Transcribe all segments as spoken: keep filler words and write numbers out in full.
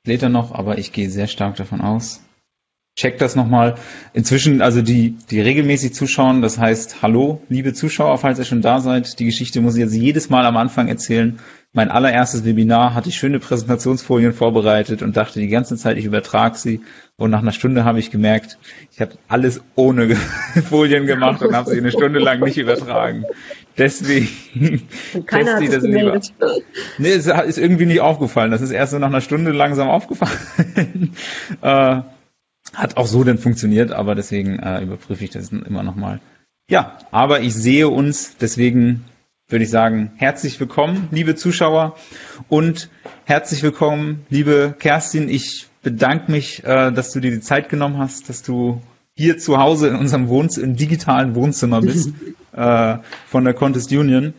lädt er noch, aber ich gehe sehr stark davon aus. Check das nochmal. Inzwischen, also die, die regelmäßig zuschauen, das heißt, hallo, liebe Zuschauer, falls ihr schon da seid. Die Geschichte muss ich jetzt jedes Mal am Anfang erzählen. Mein allererstes Webinar hatte ich schöne Präsentationsfolien vorbereitet und dachte die ganze Zeit, ich übertrage sie. Und nach einer Stunde habe ich gemerkt, ich habe alles ohne Folien gemacht und habe sie eine Stunde lang nicht übertragen. Deswegen und keiner hat das gemeldet. Nee, es ist irgendwie nicht aufgefallen. Das ist erst so nach einer Stunde langsam aufgefallen. äh, Hat auch so denn funktioniert, aber deswegen äh, überprüfe ich das immer nochmal. Ja, aber ich sehe uns, deswegen würde ich sagen, herzlich willkommen, liebe Zuschauer, und herzlich willkommen, liebe Kerstin. Ich bedanke mich, äh, dass du dir die Zeit genommen hast, dass du hier zu Hause in unserem Wohnz- im digitalen Wohnzimmer bist äh, von der Contest Union.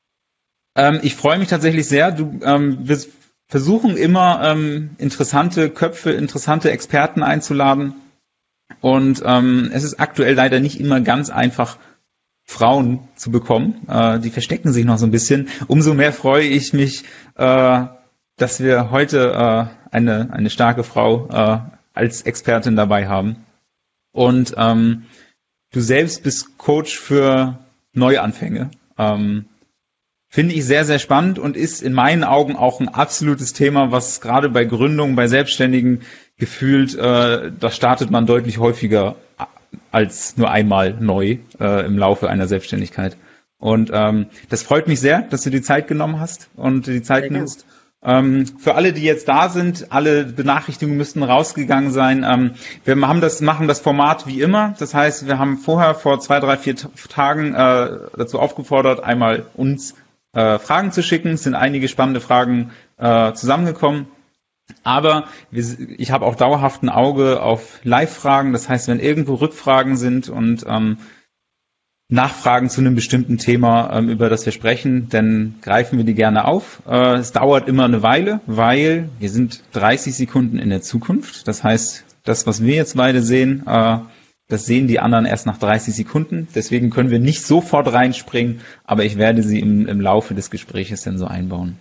Ähm, ich freue mich tatsächlich sehr. Du ähm, wirst versuchen immer ähm, interessante Köpfe, interessante Experten einzuladen. Und ähm, es ist aktuell leider nicht immer ganz einfach, Frauen zu bekommen. Äh, die verstecken sich noch so ein bisschen. Umso mehr freue ich mich, äh, dass wir heute äh, eine, eine starke Frau äh, als Expertin dabei haben. Und ähm, du selbst bist Coach für Neuanfänge. Ähm, Finde ich sehr, sehr spannend und ist in meinen Augen auch ein absolutes Thema, was gerade bei Gründungen, bei Selbstständigen gefühlt, äh, da startet man deutlich häufiger als nur einmal neu äh, im Laufe einer Selbstständigkeit. Und ähm, das freut mich sehr, dass du die Zeit genommen hast und die Zeit nimmst. Ähm, für alle, die jetzt da sind, alle Benachrichtigungen müssten rausgegangen sein. Ähm, wir haben das, machen das Format wie immer. Das heißt, wir haben vorher vor zwei, drei, vier Tagen äh, dazu aufgefordert, einmal uns äh, Fragen zu schicken. Es sind einige spannende Fragen äh, zusammengekommen. Aber wir, ich habe auch dauerhaft ein Auge auf Live-Fragen. Das heißt, wenn irgendwo Rückfragen sind und ähm, Nachfragen zu einem bestimmten Thema, ähm, über das wir sprechen, dann greifen wir die gerne auf. Äh, es dauert immer eine Weile, weil wir sind dreißig Sekunden in der Zukunft. Das heißt, das, was wir jetzt beide sehen, äh, das sehen die anderen erst nach dreißig Sekunden. Deswegen können wir nicht sofort reinspringen, aber ich werde sie im, im Laufe des Gespräches dann so einbauen.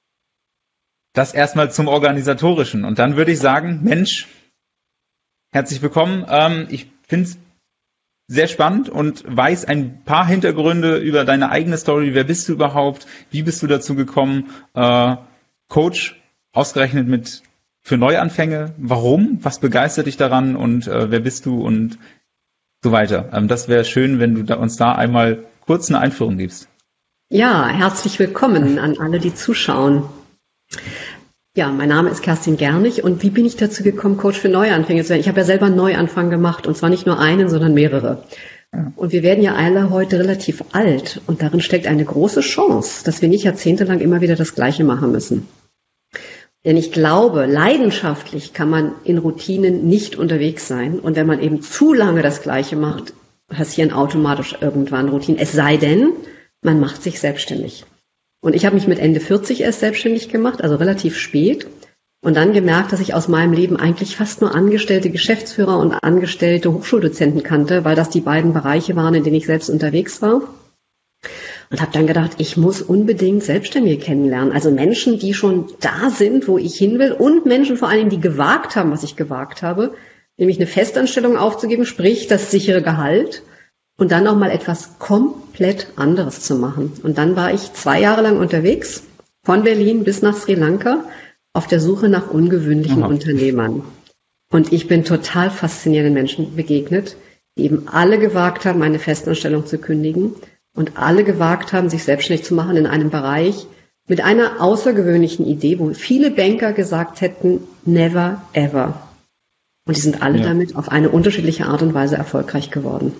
Das erstmal zum Organisatorischen. Und dann würde ich sagen, Mensch, herzlich willkommen. Ähm, ich finde es sehr spannend und weiß ein paar Hintergründe über deine eigene Story. Wer bist du überhaupt? Wie bist du dazu gekommen? Äh, Coach, ausgerechnet mit für Neuanfänge. Warum? Was begeistert dich daran? Und äh, wer bist du? Und so weiter. Ähm, das wäre schön, wenn du da, uns da einmal kurz eine Einführung gibst. Ja, herzlich willkommen an alle, die zuschauen. Ja, mein Name ist Kerstin Gernig und wie bin ich dazu gekommen, Coach für Neuanfänge zu werden? Ich habe ja selber einen Neuanfang gemacht und zwar nicht nur einen, sondern mehrere. Und wir werden ja alle heute relativ alt und darin steckt eine große Chance, dass wir nicht jahrzehntelang immer wieder das Gleiche machen müssen. Denn ich glaube, leidenschaftlich kann man in Routinen nicht unterwegs sein und wenn man eben zu lange das Gleiche macht, passieren automatisch irgendwann Routinen, es sei denn, man macht sich selbstständig. Und ich habe mich mit Ende vierzig erst selbstständig gemacht, also relativ spät. Und dann gemerkt, dass ich aus meinem Leben eigentlich fast nur angestellte Geschäftsführer und angestellte Hochschuldozenten kannte, weil das die beiden Bereiche waren, in denen ich selbst unterwegs war. Und habe dann gedacht, ich muss unbedingt Selbstständige kennenlernen. Also Menschen, die schon da sind, wo ich hin will und Menschen vor allem, die gewagt haben, was ich gewagt habe, nämlich eine Festanstellung aufzugeben, sprich das sichere Gehalt. Und dann nochmal etwas komplett anderes zu machen. Und dann war ich zwei Jahre lang unterwegs, von Berlin bis nach Sri Lanka, auf der Suche nach ungewöhnlichen Aha. Unternehmern. Und ich bin total faszinierenden Menschen begegnet, die eben alle gewagt haben, eine Festanstellung zu kündigen und alle gewagt haben, sich selbstständig zu machen in einem Bereich mit einer außergewöhnlichen Idee, wo viele Banker gesagt hätten, never ever. Und die sind alle ja. damit auf eine unterschiedliche Art und Weise erfolgreich geworden.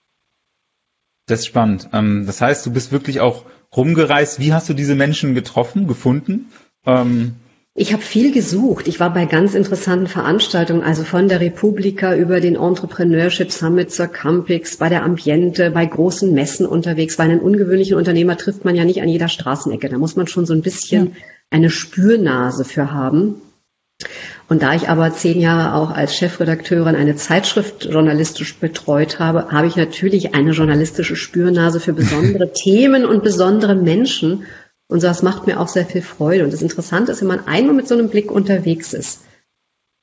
Das ist spannend. Das heißt, du bist wirklich auch rumgereist. Wie hast du diese Menschen getroffen, gefunden? Ähm ich habe viel gesucht. Ich war bei ganz interessanten Veranstaltungen, also von der Republika über den Entrepreneurship Summit zur Campix, bei der Ambiente, bei großen Messen unterwegs. Weil einen ungewöhnlichen Unternehmer trifft man ja nicht an jeder Straßenecke. Da muss man schon so ein bisschen ja. eine Spürnase für haben. Und da ich aber zehn Jahre auch als Chefredakteurin eine Zeitschrift journalistisch betreut habe, habe ich natürlich eine journalistische Spürnase für besondere Themen und besondere Menschen. Und das macht mir auch sehr viel Freude. Und das Interessante ist, wenn man einmal mit so einem Blick unterwegs ist,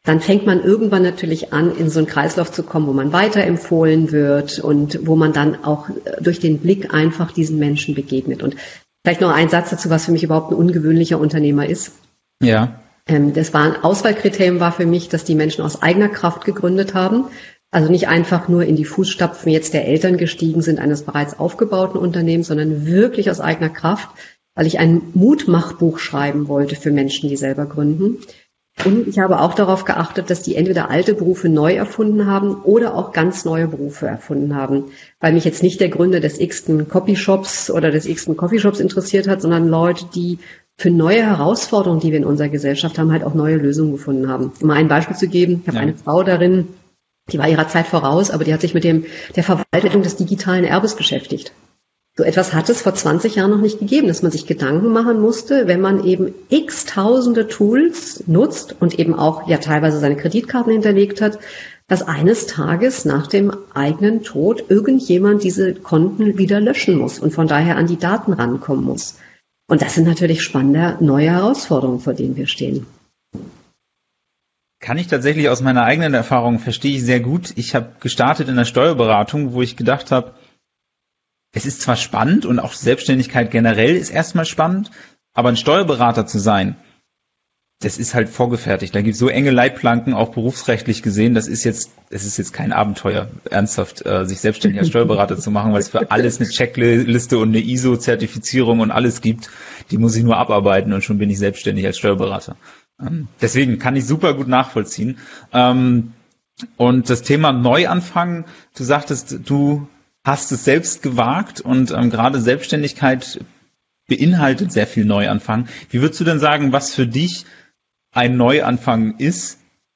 dann fängt man irgendwann natürlich an, in so einen Kreislauf zu kommen, wo man weiterempfohlen wird und wo man dann auch durch den Blick einfach diesen Menschen begegnet. Und vielleicht noch ein Satz dazu, was für mich überhaupt ein ungewöhnlicher Unternehmer ist. Ja. Das war ein Auswahlkriterium war für mich, dass die Menschen aus eigener Kraft gegründet haben. Also nicht einfach nur in die Fußstapfen jetzt der Eltern gestiegen sind eines bereits aufgebauten Unternehmens, sondern wirklich aus eigener Kraft, weil ich ein Mutmachbuch schreiben wollte für Menschen, die selber gründen. Und ich habe auch darauf geachtet, dass die entweder alte Berufe neu erfunden haben oder auch ganz neue Berufe erfunden haben, weil mich jetzt nicht der Gründer des x-ten Copyshops oder des x-ten Coffeeshops interessiert hat, sondern Leute, die für neue Herausforderungen, die wir in unserer Gesellschaft haben, halt auch neue Lösungen gefunden haben. Um mal ein Beispiel zu geben, ich habe ja. eine Frau darin, die war ihrer Zeit voraus, aber die hat sich mit dem der Verwaltung des digitalen Erbes beschäftigt. So etwas hat es vor zwanzig Jahren noch nicht gegeben, dass man sich Gedanken machen musste, wenn man eben x tausende Tools nutzt und eben auch ja teilweise seine Kreditkarten hinterlegt hat, dass eines Tages nach dem eigenen Tod irgendjemand diese Konten wieder löschen muss und von daher an die Daten rankommen muss. Und das sind natürlich spannende neue Herausforderungen, vor denen wir stehen. Kann ich tatsächlich aus meiner eigenen Erfahrung, verstehe ich sehr gut. Ich habe gestartet in der Steuerberatung, wo ich gedacht habe, es ist zwar spannend und auch Selbstständigkeit generell ist erstmal spannend, aber ein Steuerberater zu sein, das ist halt vorgefertigt. Da gibt es so enge Leitplanken, auch berufsrechtlich gesehen, das ist jetzt, es ist jetzt kein Abenteuer, ernsthaft äh, sich selbstständig als Steuerberater zu machen, weil es für alles eine Checkliste und eine I S O-Zertifizierung und alles gibt. Die muss ich nur abarbeiten und schon bin ich selbstständig als Steuerberater. Ähm, deswegen kann ich super gut nachvollziehen. Ähm, und das Thema Neuanfang, du sagtest, du hast es selbst gewagt und ähm, gerade Selbstständigkeit beinhaltet sehr viel Neuanfang. Wie würdest du denn sagen, was für dich ein Neuanfang ist?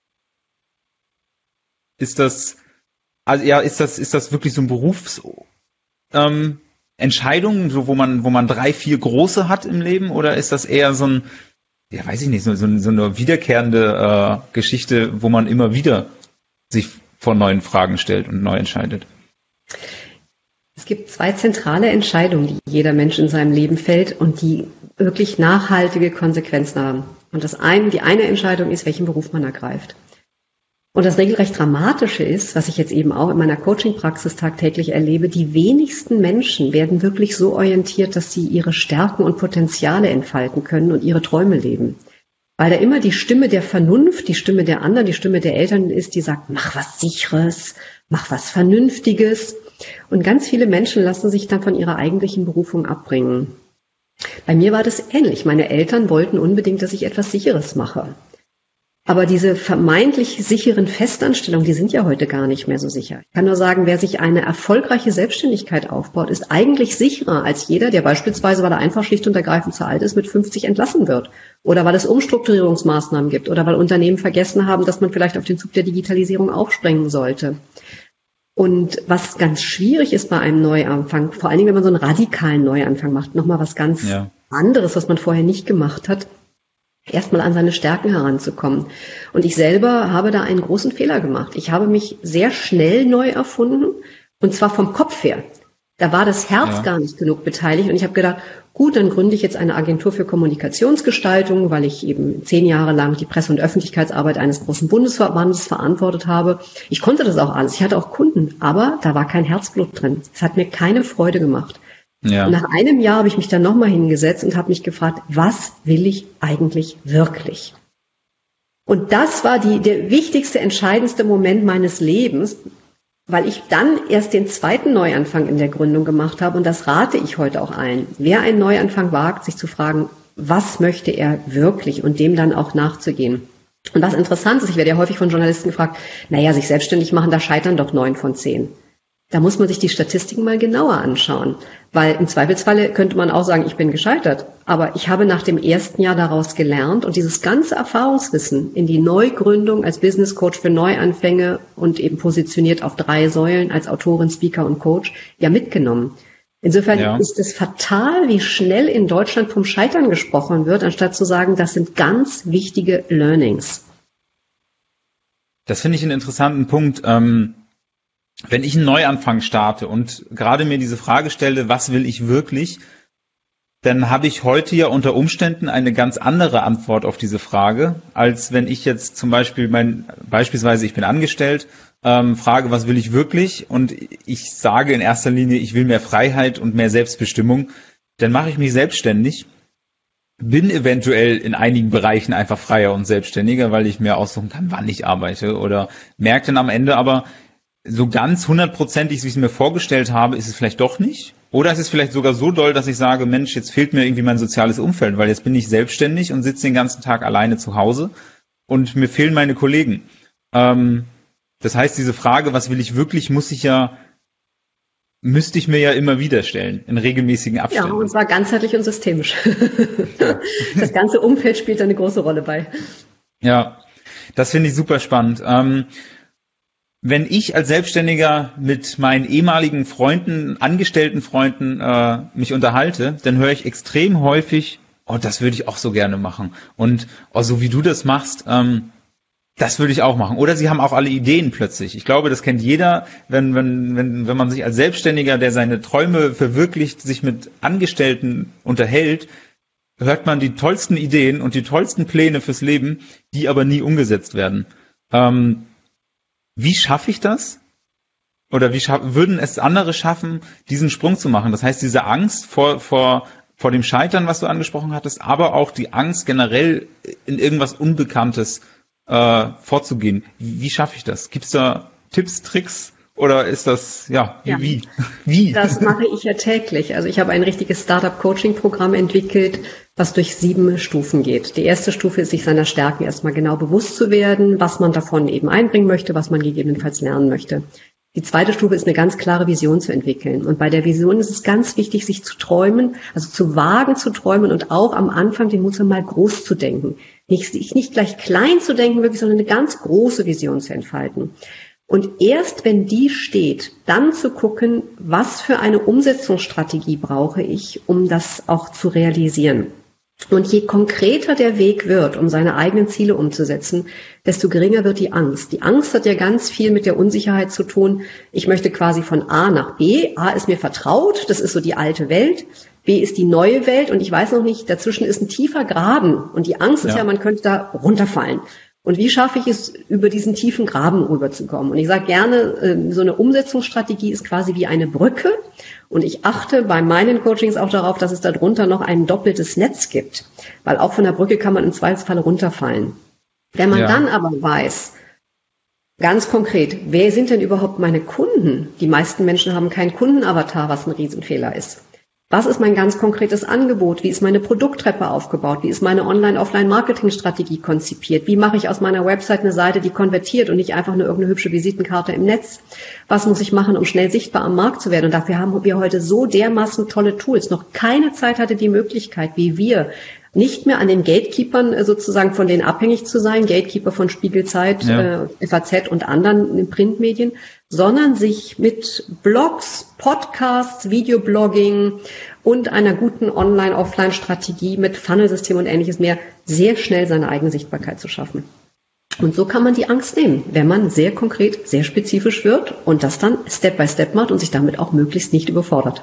Ist das, also ja, ist das, ist das wirklich so ein Berufsentscheidung, ähm, so wo man, wo man drei, vier große hat im Leben, oder ist das eher so ein, ja, weiß ich nicht, so, so, so eine wiederkehrende äh, Geschichte, wo man immer wieder sich vor neuen Fragen stellt und neu entscheidet? Es gibt zwei zentrale Entscheidungen, die jeder Mensch in seinem Leben fällt und die wirklich nachhaltige Konsequenzen haben. Und das eine, die eine Entscheidung ist, welchen Beruf man ergreift. Und das regelrecht Dramatische ist, was ich jetzt eben auch in meiner Coaching-Praxis tagtäglich erlebe, die wenigsten Menschen werden wirklich so orientiert, dass sie ihre Stärken und Potenziale entfalten können und ihre Träume leben. Weil da immer die Stimme der Vernunft, die Stimme der anderen, die Stimme der Eltern ist, die sagt, mach was Sicheres, mach was Vernünftiges. Und ganz viele Menschen lassen sich dann von ihrer eigentlichen Berufung abbringen. Bei mir war das ähnlich. Meine Eltern wollten unbedingt, dass ich etwas Sicheres mache. Aber diese vermeintlich sicheren Festanstellungen, die sind ja heute gar nicht mehr so sicher. Ich kann nur sagen, wer sich eine erfolgreiche Selbstständigkeit aufbaut, ist eigentlich sicherer als jeder, der beispielsweise, weil er einfach schlicht und ergreifend zu alt ist, mit fünfzig entlassen wird. Oder weil es Umstrukturierungsmaßnahmen gibt. Oder weil Unternehmen vergessen haben, dass man vielleicht auf den Zug der Digitalisierung aufspringen sollte. Und was ganz schwierig ist bei einem Neuanfang, vor allen Dingen, wenn man so einen radikalen Neuanfang macht, nochmal was ganz ja. anderes, was man vorher nicht gemacht hat, erstmal an seine Stärken heranzukommen. Und ich selber habe da einen großen Fehler gemacht. Ich habe mich sehr schnell neu erfunden, und zwar vom Kopf her. Da war das Herz ja. gar nicht genug beteiligt, und ich habe gedacht, gut, dann gründe ich jetzt eine Agentur für Kommunikationsgestaltung, weil ich eben zehn Jahre lang die Presse- und Öffentlichkeitsarbeit eines großen Bundesverbandes verantwortet habe. Ich konnte das auch alles, ich hatte auch Kunden, aber da war kein Herzblut drin. Es hat mir keine Freude gemacht. Ja. Und nach einem Jahr habe ich mich dann nochmal hingesetzt und habe mich gefragt, was will ich eigentlich wirklich? Und das war die, der wichtigste, entscheidendste Moment meines Lebens, weil ich dann erst den zweiten Neuanfang in der Gründung gemacht habe. Und das rate ich heute auch allen. Wer einen Neuanfang wagt, sich zu fragen, was möchte er wirklich, und dem dann auch nachzugehen. Und was interessant ist, ich werde ja häufig von Journalisten gefragt, naja, sich selbstständig machen, da scheitern doch neun von zehn. Da muss man sich die Statistiken mal genauer anschauen, weil im Zweifelsfalle könnte man auch sagen, ich bin gescheitert. Aber ich habe nach dem ersten Jahr daraus gelernt und dieses ganze Erfahrungswissen in die Neugründung als Business Coach für Neuanfänge und eben positioniert auf drei Säulen als Autorin, Speaker und Coach ja mitgenommen. Insofern ja. ist es fatal, wie schnell in Deutschland vom Scheitern gesprochen wird, anstatt zu sagen, das sind ganz wichtige Learnings. Das finde ich einen interessanten Punkt. Ähm Wenn ich einen Neuanfang starte und gerade mir diese Frage stelle, was will ich wirklich, dann habe ich heute ja unter Umständen eine ganz andere Antwort auf diese Frage, als wenn ich jetzt zum Beispiel mein, beispielsweise ich bin angestellt, ähm, frage, was will ich wirklich? Und ich sage in erster Linie, ich will mehr Freiheit und mehr Selbstbestimmung. Dann mache ich mich selbstständig, bin eventuell in einigen Bereichen einfach freier und selbstständiger, weil ich mir aussuchen kann, wann ich arbeite, oder merke dann am Ende aber, so ganz hundertprozentig, wie ich es mir vorgestellt habe, ist es vielleicht doch nicht. Oder es ist vielleicht sogar so doll, dass ich sage, Mensch, jetzt fehlt mir irgendwie mein soziales Umfeld, weil jetzt bin ich selbstständig und sitze den ganzen Tag alleine zu Hause und mir fehlen meine Kollegen. Ähm, das heißt, diese Frage, was will ich wirklich, muss ich ja, müsste ich mir ja immer wieder stellen, in regelmäßigen Abständen. Ja, und zwar ganzheitlich und systemisch. Das ganze Umfeld spielt da eine große Rolle bei. Ja, das finde ich super spannend. Ähm, Wenn ich als Selbstständiger mit meinen ehemaligen Freunden, angestellten Freunden äh, mich unterhalte, dann höre ich extrem häufig, oh, das würde ich auch so gerne machen. Und oh, so wie du das machst, ähm, das würde ich auch machen. Oder sie haben auch alle Ideen plötzlich. Ich glaube, das kennt jeder, wenn, wenn, wenn, wenn man sich als Selbstständiger, der seine Träume verwirklicht, sich mit Angestellten unterhält, hört man die tollsten Ideen und die tollsten Pläne fürs Leben, die aber nie umgesetzt werden. Ähm, Wie schaffe ich das? Oder wie scha- würden es andere schaffen, diesen Sprung zu machen? Das heißt, diese Angst vor, vor, vor dem Scheitern, was du angesprochen hattest, aber auch die Angst generell in irgendwas Unbekanntes äh, vorzugehen. Wie, wie schaffe ich das? Gibt es da Tipps, Tricks? Oder ist das, ja, wie, Ja. wie? Wie? Das mache ich ja täglich. Also ich habe ein richtiges Startup-Coaching-Programm entwickelt, was durch sieben Stufen geht. Die erste Stufe ist, sich seiner Stärken erstmal genau bewusst zu werden, was man davon eben einbringen möchte, was man gegebenenfalls lernen möchte. Die zweite Stufe ist, eine ganz klare Vision zu entwickeln. Und bei der Vision ist es ganz wichtig, sich zu träumen, also zu wagen zu träumen und auch am Anfang den Mut zu haben, mal groß zu denken. Nicht, nicht gleich klein zu denken, wirklich, sondern eine ganz große Vision zu entfalten. Und erst wenn die steht, dann zu gucken, was für eine Umsetzungsstrategie brauche ich, um das auch zu realisieren. Und je konkreter der Weg wird, um seine eigenen Ziele umzusetzen, desto geringer wird die Angst. Die Angst hat ja ganz viel mit der Unsicherheit zu tun. Ich möchte quasi von A nach B. A ist mir vertraut, das ist so die alte Welt. B ist die neue Welt und ich weiß noch nicht, dazwischen ist ein tiefer Graben. Und die Angst ist ja, ja man könnte da runterfallen. Und wie schaffe ich es, über diesen tiefen Graben rüberzukommen? Und ich sage gerne, so eine Umsetzungsstrategie ist quasi wie eine Brücke. Und ich achte bei meinen Coachings auch darauf, dass es darunter noch ein doppeltes Netz gibt. Weil auch von der Brücke kann man im Zweifelsfall runterfallen. Wenn man ja. dann aber weiß, ganz konkret, wer sind denn überhaupt meine Kunden? Die meisten Menschen haben keinen Kundenavatar, was ein Riesenfehler ist. Was ist mein ganz konkretes Angebot? Wie ist meine Produkttreppe aufgebaut? Wie ist meine Online-Offline-Marketing-Strategie konzipiert? Wie mache ich aus meiner Website eine Seite, die konvertiert und nicht einfach nur irgendeine hübsche Visitenkarte im Netz? Was muss ich machen, um schnell sichtbar am Markt zu werden? Und dafür haben wir heute so dermaßen tolle Tools. Noch keine Zeit hatte die Möglichkeit, wie wir, nicht mehr an den Gatekeepern sozusagen von denen abhängig zu sein, Gatekeeper von Spiegel, Zeit, ja. äh, F A Z und anderen Printmedien, sondern sich mit Blogs, Podcasts, Videoblogging und einer guten Online-Offline-Strategie mit Funnelsystem und ähnliches mehr sehr schnell seine eigene Sichtbarkeit zu schaffen. Und so kann man die Angst nehmen, wenn man sehr konkret, sehr spezifisch wird und das dann Step by Step macht und sich damit auch möglichst nicht überfordert.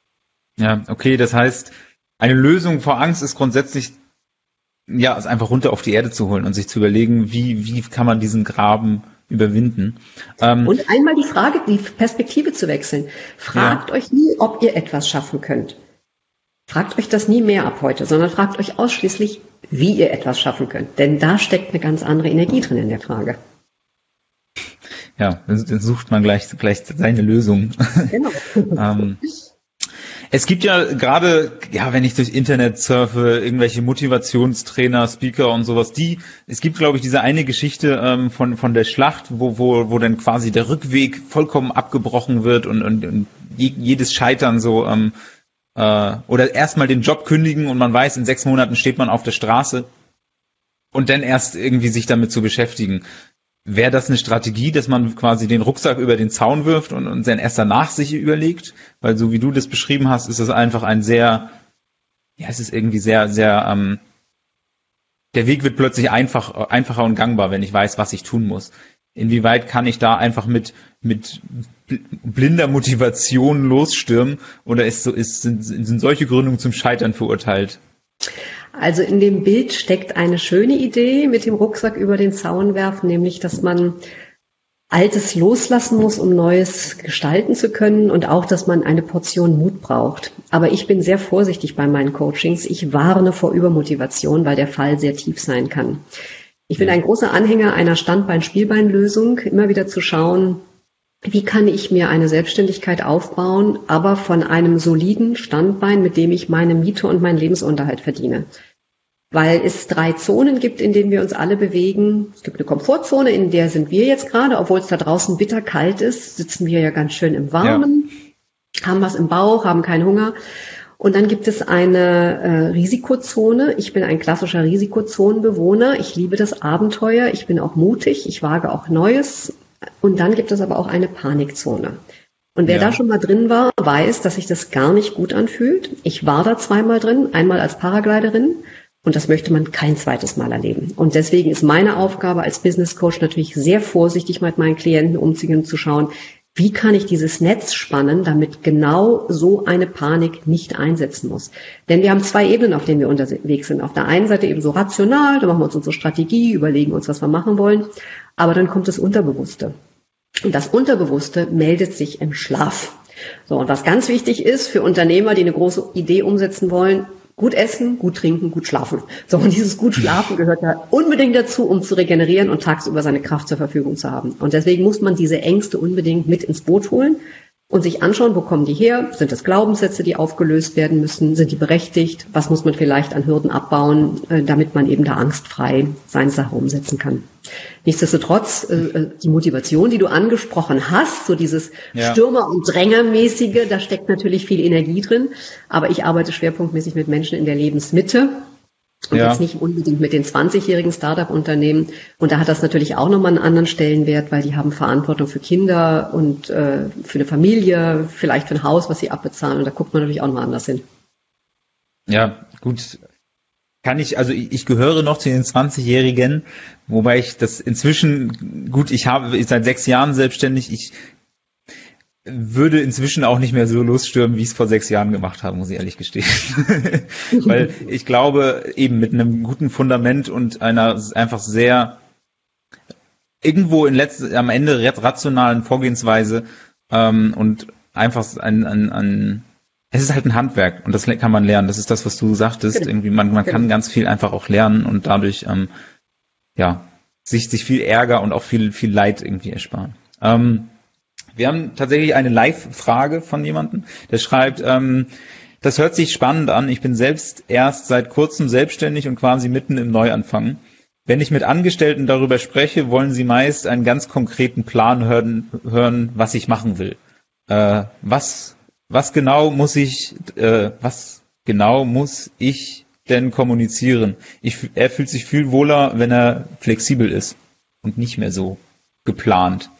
Ja, okay, das heißt, eine Lösung vor Angst ist grundsätzlich, ja, es einfach runter auf die Erde zu holen und sich zu überlegen, wie, wie kann man diesen Graben überwinden. Ähm, und einmal die Frage, die Perspektive zu wechseln. Fragt ja. euch nie, ob ihr etwas schaffen könnt. Fragt euch das nie mehr ab heute, sondern fragt euch ausschließlich, wie ihr etwas schaffen könnt. Denn da steckt eine ganz andere Energie drin in der Frage. Ja, dann sucht man gleich, gleich seine Lösung. Genau. ähm, Es gibt ja gerade, ja, wenn ich durch Internet surfe, irgendwelche Motivationstrainer, Speaker und sowas, die, es gibt, glaube ich, diese eine Geschichte ähm, von von der Schlacht, wo wo wo dann quasi der Rückweg vollkommen abgebrochen wird und und, und jedes Scheitern so ähm, äh, oder erstmal den Job kündigen und man weiß, in sechs Monaten steht man auf der Straße und dann erst irgendwie sich damit zu beschäftigen. Wäre das eine Strategie, dass man quasi den Rucksack über den Zaun wirft und, und dann erst danach sich überlegt? Weil so wie du das beschrieben hast, ist das einfach ein sehr, ja, es ist irgendwie sehr, sehr, ähm, der Weg wird plötzlich einfach, einfacher und gangbar, wenn ich weiß, was ich tun muss. inwieweit kann ich da einfach mit mit blinder Motivation losstürmen oder ist so ist sind, sind solche Gründungen zum Scheitern verurteilt? Also in dem Bild steckt eine schöne Idee mit dem Rucksack über den Zaun werfen, nämlich dass man Altes loslassen muss, um Neues gestalten zu können und auch, dass man eine Portion Mut braucht. Aber ich bin sehr vorsichtig bei meinen Coachings. Ich warne vor Übermotivation, weil der Fall sehr tief sein kann. Ich bin ein großer Anhänger einer Standbein-Spielbein-Lösung, immer wieder zu schauen, wie kann ich mir eine Selbstständigkeit aufbauen, aber von einem soliden Standbein, mit dem ich meine Miete und meinen Lebensunterhalt verdiene. Weil es drei Zonen gibt, in denen wir uns alle bewegen. Es gibt eine Komfortzone, in der sind wir jetzt gerade, obwohl es da draußen bitterkalt ist, sitzen wir ja ganz schön im Warmen, ja. Haben was im Bauch, haben keinen Hunger. Und dann gibt es eine äh, Risikozone. Ich bin ein klassischer Risikozonenbewohner. Ich liebe das Abenteuer. Ich bin auch mutig. Ich wage auch Neues. Und dann gibt es aber auch eine Panikzone. Und wer ja. da schon mal drin war, weiß, dass sich das gar nicht gut anfühlt. Ich war da zweimal drin, einmal als Paragliderin. Und das möchte man kein zweites Mal erleben. Und deswegen ist meine Aufgabe als Business Coach natürlich sehr vorsichtig mit meinen Klienten umzugehen und zu schauen, wie kann ich dieses Netz spannen, damit genau so eine Panik nicht einsetzen muss. Denn wir haben zwei Ebenen, auf denen wir unterwegs sind. Auf der einen Seite eben so rational, da machen wir uns unsere Strategie, überlegen uns, was wir machen wollen. Aber dann kommt das Unterbewusste. Und das Unterbewusste meldet sich im Schlaf. So, und was ganz wichtig ist für Unternehmer, die eine große Idee umsetzen wollen, gut essen, gut trinken, gut schlafen. So, und dieses gut schlafen gehört da unbedingt dazu, um zu regenerieren und tagsüber seine Kraft zur Verfügung zu haben. Und deswegen muss man diese Ängste unbedingt mit ins Boot holen und sich anschauen, wo kommen die her? Sind das Glaubenssätze, die aufgelöst werden müssen? Sind die berechtigt? Was muss man vielleicht an Hürden abbauen, damit man eben da angstfrei seine Sache umsetzen kann? Nichtsdestotrotz, die Motivation, die du angesprochen hast, so dieses ja. Stürmer- und Drängermäßige, da steckt natürlich viel Energie drin. Aber ich arbeite schwerpunktmäßig mit Menschen in der Lebensmitte. Und ja. jetzt nicht unbedingt mit den zwanzigjährigen Start-up-Unternehmen. Und da hat das natürlich auch nochmal einen anderen Stellenwert, weil die haben Verantwortung für Kinder und äh, für eine Familie, vielleicht für ein Haus, was sie abbezahlen. Und da guckt man natürlich auch nochmal anders hin. Ja, gut. Kann ich, also ich, ich gehöre noch zu den zwanzigjährigen, wobei ich das inzwischen, gut, ich habe ich seit sechs Jahren selbstständig, ich würde inzwischen auch nicht mehr so losstürmen, wie ich es vor sechs Jahren gemacht habe, muss ich ehrlich gestehen. Weil ich glaube, eben mit einem guten Fundament und einer einfach sehr irgendwo in letzt, am Ende rationalen Vorgehensweise ähm, und einfach ein, ein, ein es ist halt ein Handwerk und das kann man lernen. Das ist das, was du sagtest. Genau. Irgendwie man, man kann ganz viel einfach auch lernen und dadurch ähm, ja sich sich viel Ärger und auch viel viel Leid irgendwie ersparen. Ähm, Wir haben tatsächlich eine Live-Frage von jemandem, der schreibt, ähm, das hört sich spannend an, ich bin selbst erst seit kurzem selbstständig und quasi mitten im Neuanfang. Wenn ich mit Angestellten darüber spreche, wollen sie meist einen ganz konkreten Plan hören, hören was ich machen will. Äh, was, was genau muss ich, äh, was genau muss ich denn kommunizieren? Ich, er fühlt sich viel wohler, wenn er flexibel ist und nicht mehr so geplant.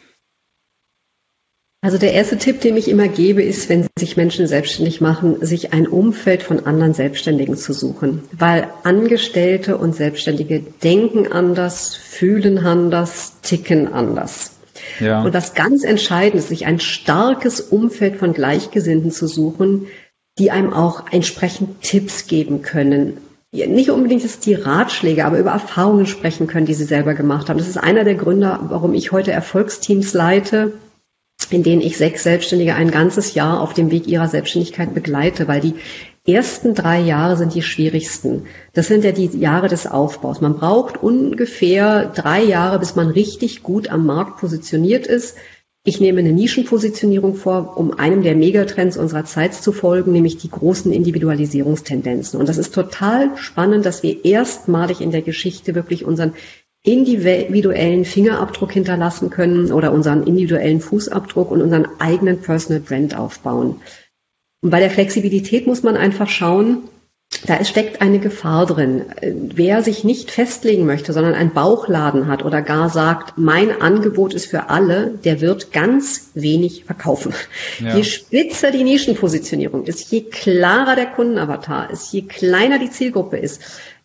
Also der erste Tipp, den ich immer gebe, ist, wenn sich Menschen selbstständig machen, sich ein Umfeld von anderen Selbstständigen zu suchen. Weil Angestellte und Selbstständige denken anders, fühlen anders, ticken anders. Ja. Und das ganz Entscheidende ist, sich ein starkes Umfeld von Gleichgesinnten zu suchen, die einem auch entsprechend Tipps geben können. Nicht unbedingt ist die Ratschläge, aber über Erfahrungen sprechen können, die sie selber gemacht haben. Das ist einer der Gründe, warum ich heute Erfolgsteams leite, in denen ich sechs Selbstständige ein ganzes Jahr auf dem Weg ihrer Selbstständigkeit begleite, weil die ersten drei Jahre sind die schwierigsten. Das sind ja die Jahre des Aufbaus. Man braucht ungefähr drei Jahre, bis man richtig gut am Markt positioniert ist. Ich nehme eine Nischenpositionierung vor, um einem der Megatrends unserer Zeit zu folgen, nämlich die großen Individualisierungstendenzen. Und das ist total spannend, dass wir erstmalig in der Geschichte wirklich unseren individuellen Fingerabdruck hinterlassen können oder unseren individuellen Fußabdruck und unseren eigenen Personal Brand aufbauen. Und bei der Flexibilität muss man einfach schauen, da steckt eine Gefahr drin. Wer sich nicht festlegen möchte, sondern einen Bauchladen hat oder gar sagt, mein Angebot ist für alle, der wird ganz wenig verkaufen. Ja. Je spitzer die Nischenpositionierung ist, je klarer der Kundenavatar ist, je kleiner die Zielgruppe ist,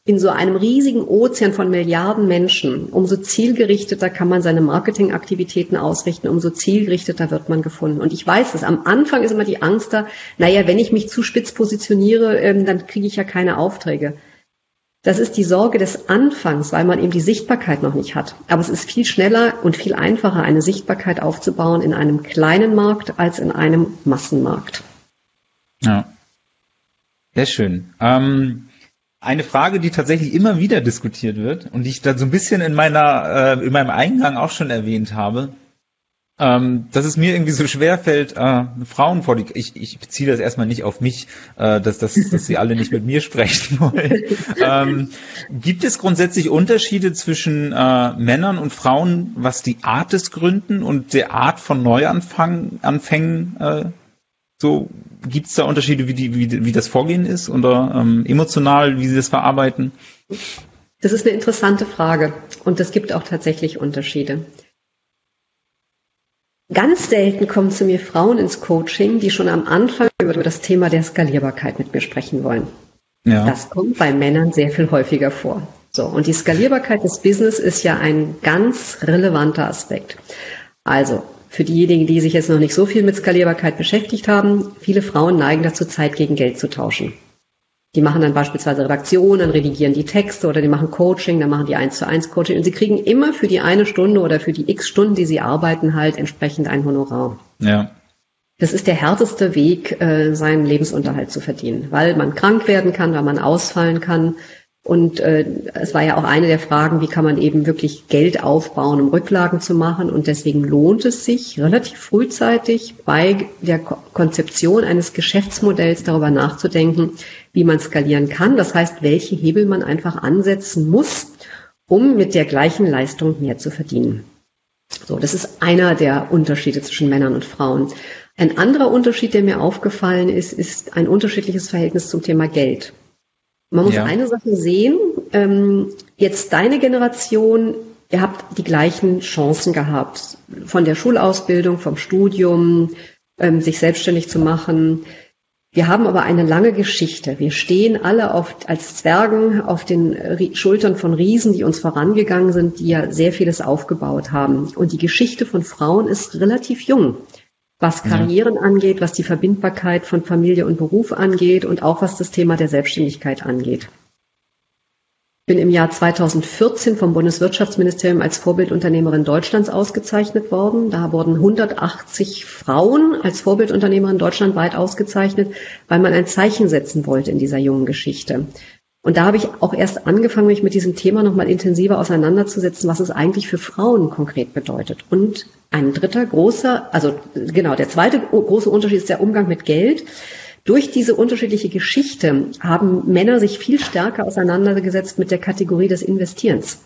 in so einem riesigen Ozean von Milliarden Menschen, umso zielgerichteter kann man seine Marketingaktivitäten ausrichten, umso zielgerichteter wird man gefunden. Und ich weiß es, am Anfang ist immer die Angst da, naja, wenn ich mich zu spitz positioniere, ähm, dann kriege ich ja keine Aufträge. Das ist die Sorge des Anfangs, weil man eben die Sichtbarkeit noch nicht hat. Aber es ist viel schneller und viel einfacher, eine Sichtbarkeit aufzubauen in einem kleinen Markt als in einem Massenmarkt. Ja, sehr schön. Ähm Eine Frage, die tatsächlich immer wieder diskutiert wird und die ich da so ein bisschen in meiner, äh, in meinem Eingang auch schon erwähnt habe, ähm, dass es mir irgendwie so schwer fällt, äh, Frauen vor die, ich, ich beziehe das erstmal nicht auf mich, äh, dass, dass, dass sie alle nicht mit mir sprechen wollen. ähm, gibt es grundsätzlich Unterschiede zwischen äh, Männern und Frauen, was die Art des Gründen und der Art von Neuanfang, Anfängen äh, so, gibt es da Unterschiede, wie, die, wie, wie das Vorgehen ist oder ähm, emotional, wie sie das verarbeiten? Das ist eine interessante Frage und es gibt auch tatsächlich Unterschiede. Ganz selten kommen zu mir Frauen ins Coaching, die schon am Anfang über das Thema der Skalierbarkeit mit mir sprechen wollen. Ja. Das kommt bei Männern sehr viel häufiger vor. So, und die Skalierbarkeit des Business ist ja ein ganz relevanter Aspekt. Also, für diejenigen, die sich jetzt noch nicht so viel mit Skalierbarkeit beschäftigt haben, viele Frauen neigen dazu, Zeit gegen Geld zu tauschen. Die machen dann beispielsweise Redaktionen, redigieren die Texte oder die machen Coaching, dann machen die eins zu eins Coaching und sie kriegen immer für die eine Stunde oder für die x Stunden, die sie arbeiten, halt entsprechend ein Honorar. Ja. Das ist der härteste Weg, seinen Lebensunterhalt zu verdienen, weil man krank werden kann, weil man ausfallen kann. Und äh, es war ja auch eine der Fragen, wie kann man eben wirklich Geld aufbauen, um Rücklagen zu machen. Und deswegen lohnt es sich relativ frühzeitig bei der Ko- Konzeption eines Geschäftsmodells darüber nachzudenken, wie man skalieren kann. Das heißt, welche Hebel man einfach ansetzen muss, um mit der gleichen Leistung mehr zu verdienen. So, das ist einer der Unterschiede zwischen Männern und Frauen. Ein anderer Unterschied, der mir aufgefallen ist, ist ein unterschiedliches Verhältnis zum Thema Geld. Man muss ja. eine Sache sehen, ähm, jetzt deine Generation, ihr habt die gleichen Chancen gehabt, von der Schulausbildung, vom Studium, ähm, sich selbstständig zu machen. Wir haben aber eine lange Geschichte. Wir stehen alle auf, als Zwergen auf den Rie- Schultern von Riesen, die uns vorangegangen sind, die ja sehr vieles aufgebaut haben. Und die Geschichte von Frauen ist relativ jung. Was Karrieren ja. angeht, was die Verbindbarkeit von Familie und Beruf angeht und auch was das Thema der Selbstständigkeit angeht. Ich bin im Jahr zweitausendvierzehn vom Bundeswirtschaftsministerium als Vorbildunternehmerin Deutschlands ausgezeichnet worden. Da wurden hundertachtzig Frauen als Vorbildunternehmerin deutschlandweit ausgezeichnet, weil man ein Zeichen setzen wollte in dieser jungen Geschichte. Und da habe ich auch erst angefangen, mich mit diesem Thema nochmal intensiver auseinanderzusetzen, was es eigentlich für Frauen konkret bedeutet. Und ein dritter großer, also genau, der zweite große Unterschied ist der Umgang mit Geld. Durch diese unterschiedliche Geschichte haben Männer sich viel stärker auseinandergesetzt mit der Kategorie des Investierens.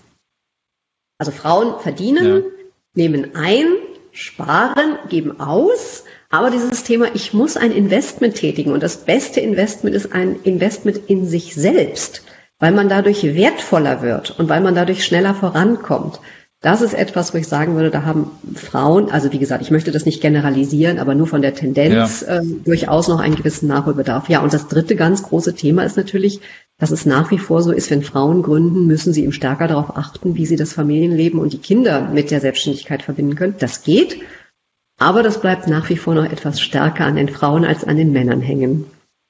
Also Frauen verdienen, ja. nehmen ein, sparen, geben aus. Aber dieses Thema, ich muss ein Investment tätigen und das beste Investment ist ein Investment in sich selbst, weil man dadurch wertvoller wird und weil man dadurch schneller vorankommt. Das ist etwas, wo ich sagen würde, da haben Frauen, also wie gesagt, ich möchte das nicht generalisieren, aber nur von der Tendenz ja. äh, durchaus noch einen gewissen Nachholbedarf. Ja, und das dritte ganz große Thema ist natürlich, dass es nach wie vor so ist, wenn Frauen gründen, müssen sie eben stärker darauf achten, wie sie das Familienleben und die Kinder mit der Selbstständigkeit verbinden können. Das geht. Aber das bleibt nach wie vor noch etwas stärker an den Frauen als an den Männern hängen.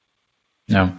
Ja.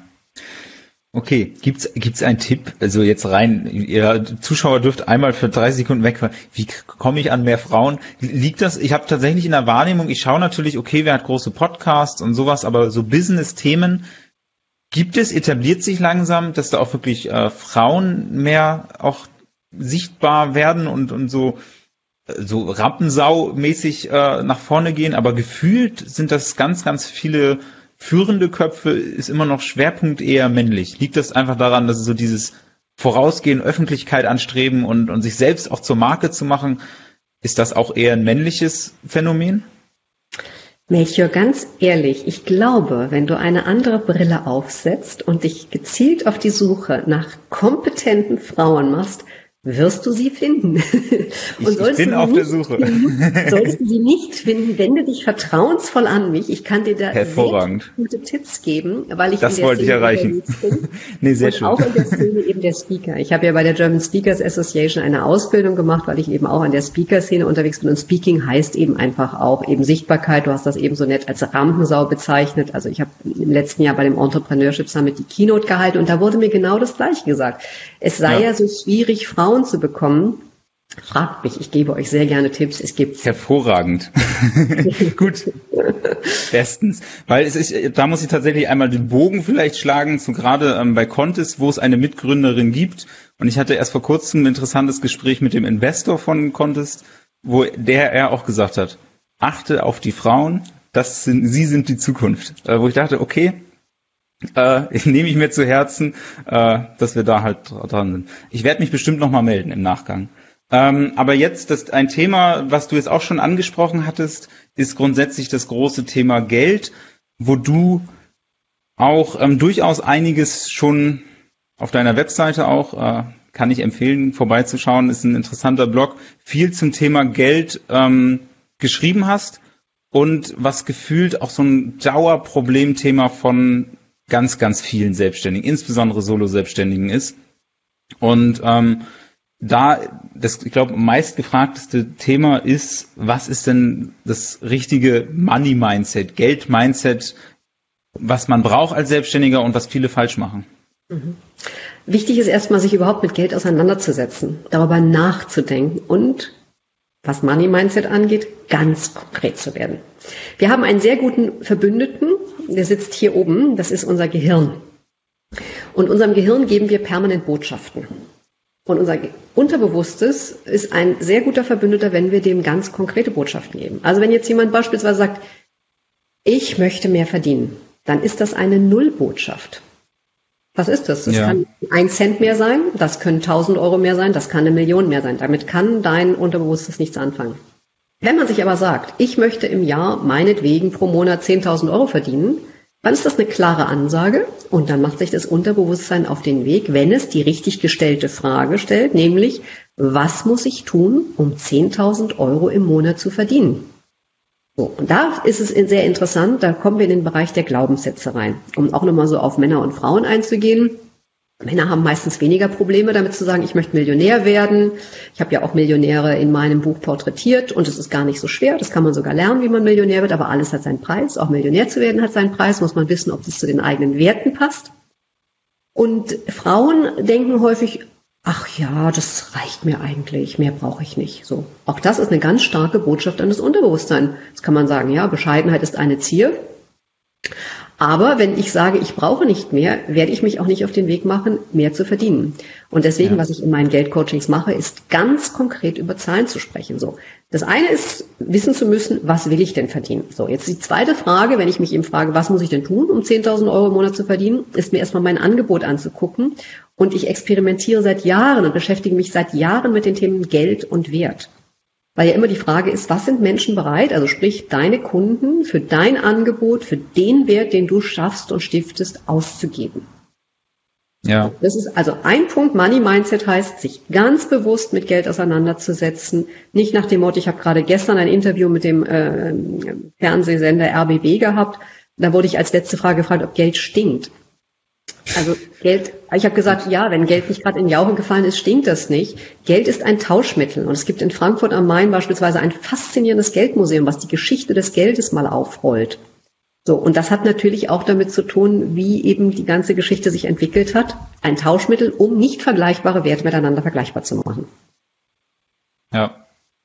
Okay, gibt's gibt's einen Tipp? Also jetzt rein, ihr Zuschauer dürft einmal für dreißig Sekunden wegfahren. Wie komme ich an mehr Frauen? Liegt das? Ich habe tatsächlich in der Wahrnehmung, ich schaue natürlich, okay, wer hat große Podcasts und sowas, aber so Business-Themen, gibt es, etabliert sich langsam, dass da auch wirklich äh, Frauen mehr auch sichtbar werden und und so so Rampensau-mäßig äh, nach vorne gehen, aber gefühlt sind das ganz, ganz viele führende Köpfe, ist immer noch Schwerpunkt eher männlich. Liegt das einfach daran, dass es so dieses Vorausgehen, Öffentlichkeit anstreben und, und sich selbst auch zur Marke zu machen, ist das auch eher ein männliches Phänomen? Melchior, ganz ehrlich, ich glaube, wenn du eine andere Brille aufsetzt und dich gezielt auf die Suche nach kompetenten Frauen machst, wirst du sie finden. Und ich, ich bin auf der Suche. Finden, solltest du sie nicht finden, wende dich vertrauensvoll an mich. Ich kann dir da hervorragend sehr gute Tipps geben, weil ich das in der wollte Szene ich erreichen. bin. Nee, sehr und schön. auch in der Szene eben der Speaker. Ich habe ja bei der German Speakers Association eine Ausbildung gemacht, weil ich eben auch in der Speaker-Szene unterwegs bin. Und Speaking heißt eben einfach auch eben Sichtbarkeit. Du hast das eben so nett als Rampensau bezeichnet. Also ich habe im letzten Jahr bei dem Entrepreneurship Summit die Keynote gehalten und da wurde mir genau das Gleiche gesagt. Es sei ja, ja so schwierig, Frauen zu bekommen. Fragt mich, ich gebe euch sehr gerne Tipps, es gibt's. Hervorragend. Gut. Bestens. Weil es ist, da muss ich tatsächlich einmal den Bogen vielleicht schlagen, zu gerade ähm, bei Contest, wo es eine Mitgründerin gibt. Und ich hatte erst vor kurzem ein interessantes Gespräch mit dem Investor von Contest, wo der er auch gesagt hat, achte auf die Frauen, das sind, sie sind die Zukunft. Äh, wo ich dachte, okay, Äh, nehme ich mir zu Herzen, äh, dass wir da halt dran sind. Ich werde mich bestimmt nochmal melden im Nachgang. Ähm, aber jetzt, das ein Thema, was du jetzt auch schon angesprochen hattest, ist grundsätzlich das große Thema Geld, wo du auch ähm, durchaus einiges schon auf deiner Webseite auch, äh, kann ich empfehlen, vorbeizuschauen, ist ein interessanter Blog, viel zum Thema Geld ähm, geschrieben hast und was gefühlt auch so ein Dauerproblemthema von ganz, ganz vielen Selbstständigen, insbesondere Solo-Selbstständigen ist. Und ähm, da, das, ich glaube, meistgefragteste Thema ist, was ist denn das richtige Money-Mindset, Geld-Mindset, was man braucht als Selbstständiger und was viele falsch machen? Mhm. Wichtig ist erstmal, sich überhaupt mit Geld auseinanderzusetzen, darüber nachzudenken und, was Money-Mindset angeht, ganz konkret zu werden. Wir haben einen sehr guten Verbündeten, der sitzt hier oben, das ist unser Gehirn. Und unserem Gehirn geben wir permanent Botschaften. Und unser Unterbewusstes ist ein sehr guter Verbündeter, wenn wir dem ganz konkrete Botschaften geben. Also wenn jetzt jemand beispielsweise sagt, ich möchte mehr verdienen, dann ist das eine Nullbotschaft. Was ist das? Das ja. kann ein Cent mehr sein, das können tausend Euro mehr sein, das kann eine Million mehr sein. Damit kann dein Unterbewusstes nichts anfangen. Wenn man sich aber sagt, ich möchte im Jahr meinetwegen pro Monat zehntausend Euro verdienen, dann ist das eine klare Ansage und dann macht sich das Unterbewusstsein auf den Weg, wenn es die richtig gestellte Frage stellt, nämlich, was muss ich tun, um zehntausend Euro im Monat zu verdienen? So, und da ist es sehr interessant, da kommen wir in den Bereich der Glaubenssätze rein, um auch nochmal so auf Männer und Frauen einzugehen. Männer haben meistens weniger Probleme damit zu sagen, ich möchte Millionär werden. Ich habe ja auch Millionäre in meinem Buch porträtiert und es ist gar nicht so schwer. Das kann man sogar lernen, wie man Millionär wird, aber alles hat seinen Preis. Auch Millionär zu werden hat seinen Preis, muss man wissen, ob das zu den eigenen Werten passt. Und Frauen denken häufig, ach ja, das reicht mir eigentlich, mehr brauche ich nicht. So, auch das ist eine ganz starke Botschaft an das Unterbewusstsein. Jetzt kann man sagen, ja, Bescheidenheit ist eine Zier. Aber wenn ich sage, ich brauche nicht mehr, werde ich mich auch nicht auf den Weg machen, mehr zu verdienen. Und deswegen, ja. was ich in meinen Geldcoachings mache, ist ganz konkret über Zahlen zu sprechen. So, das eine ist, wissen zu müssen, was will ich denn verdienen? So, jetzt die zweite Frage, wenn ich mich eben frage, was muss ich denn tun, um zehntausend Euro im Monat zu verdienen, ist mir erstmal mein Angebot anzugucken. Und ich experimentiere seit Jahren und beschäftige mich seit Jahren mit den Themen Geld und Wert. Weil ja immer die Frage ist, was sind Menschen bereit, also sprich deine Kunden, für dein Angebot, für den Wert, den du schaffst und stiftest, auszugeben. Ja. Das ist also ein Punkt. Money Mindset heißt, sich ganz bewusst mit Geld auseinanderzusetzen. Nicht nach dem Motto, ich habe gerade gestern ein Interview mit dem äh, Fernsehsender R B B gehabt. Da wurde ich als letzte Frage gefragt, ob Geld stinkt. Also Geld, ich habe gesagt, ja, wenn Geld nicht gerade in Jauche gefallen ist, stinkt das nicht. Geld ist ein Tauschmittel und es gibt in Frankfurt am Main beispielsweise ein faszinierendes Geldmuseum, was die Geschichte des Geldes mal aufrollt. So, und das hat natürlich auch damit zu tun, wie eben die ganze Geschichte sich entwickelt hat. Ein Tauschmittel, um nicht vergleichbare Werte miteinander vergleichbar zu machen. Ja.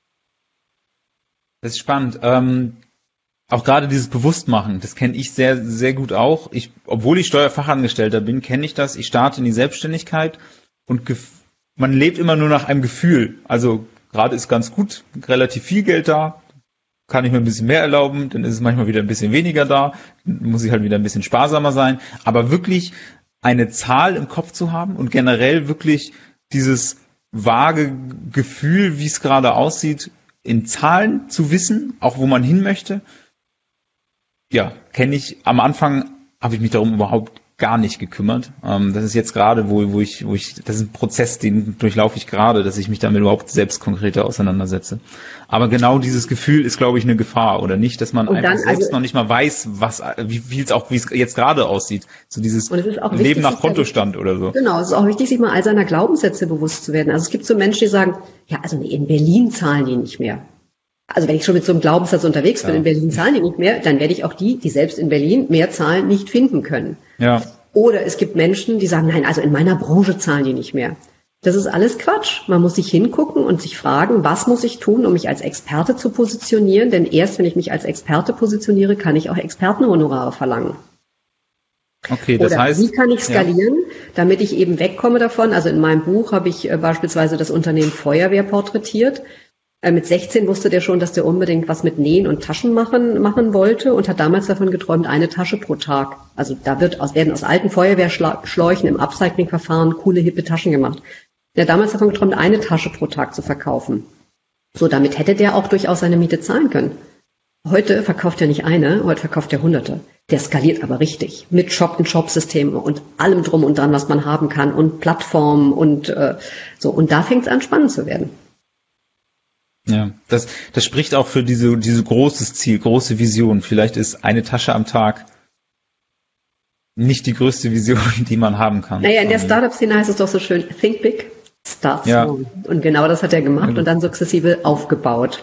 Das ist spannend. Ähm Auch gerade dieses Bewusstmachen, das kenne ich sehr, sehr gut auch. Ich, obwohl ich Steuerfachangestellter bin, kenne ich das. Ich starte in die Selbstständigkeit und gef- man lebt immer nur nach einem Gefühl. Also gerade ist ganz gut, relativ viel Geld da, kann ich mir ein bisschen mehr erlauben, dann ist es manchmal wieder ein bisschen weniger da, dann muss ich halt wieder ein bisschen sparsamer sein. Aber wirklich eine Zahl im Kopf zu haben und generell wirklich dieses vage Gefühl, wie es gerade aussieht, in Zahlen zu wissen, auch wo man hin möchte. Ja, kenne ich. Am Anfang habe ich mich darum überhaupt gar nicht gekümmert. Ähm, das ist jetzt gerade, wo, wo ich, wo ich, das ist ein Prozess, den durchlaufe ich gerade, dass ich mich damit überhaupt selbst konkreter auseinandersetze. Aber genau dieses Gefühl ist, glaube ich, eine Gefahr, oder nicht, dass man und einfach dann, selbst also, noch nicht mal weiß, was, wie, wie es auch, wie es jetzt gerade aussieht. So dieses Leben wichtig, nach Kontostand oder so. Genau, es ist auch wichtig, sich mal all seiner Glaubenssätze bewusst zu werden. Also es gibt so Menschen, die sagen, ja, also nee, in Berlin zahlen die nicht mehr. Also wenn ich schon mit so einem Glaubenssatz unterwegs bin, ja. in Berlin zahlen die nicht mehr, dann werde ich auch die, die selbst in Berlin mehr zahlen, nicht finden können. Ja. Oder es gibt Menschen, die sagen, nein, also in meiner Branche zahlen die nicht mehr. Das ist alles Quatsch. Man muss sich hingucken und sich fragen, was muss ich tun, um mich als Experte zu positionieren? Denn erst wenn ich mich als Experte positioniere, kann ich auch Expertenhonorare verlangen. Okay, das Oder heißt, wie kann ich skalieren, ja. damit ich eben wegkomme davon? Also in meinem Buch habe ich äh, beispielsweise das Unternehmen Feuerwehr porträtiert. Äh, mit sechzehn wusste der schon, dass der unbedingt was mit Nähen und Taschen machen, machen wollte und hat damals davon geträumt, eine Tasche pro Tag. Also da wird aus, werden aus alten Feuerwehrschläuchen im Upcycling-Verfahren coole, hippe Taschen gemacht. Er hat damals davon geträumt, eine Tasche pro Tag zu verkaufen. So, damit hätte der auch durchaus seine Miete zahlen können. Heute verkauft er nicht eine, heute verkauft er Hunderte. Der skaliert aber richtig. Mit Shop-in-Shop-Systemen und allem drum und dran, was man haben kann und Plattformen und äh, so. Und da fängt es an, spannend zu werden. Ja, das, das spricht auch für diese, diese großes Ziel, große Vision. Vielleicht ist eine Tasche am Tag nicht die größte Vision, die man haben kann. Naja, in der Startup-Szene heißt es doch so schön, think big, start small. Ja. Und genau das hat er gemacht ja. und dann sukzessive aufgebaut.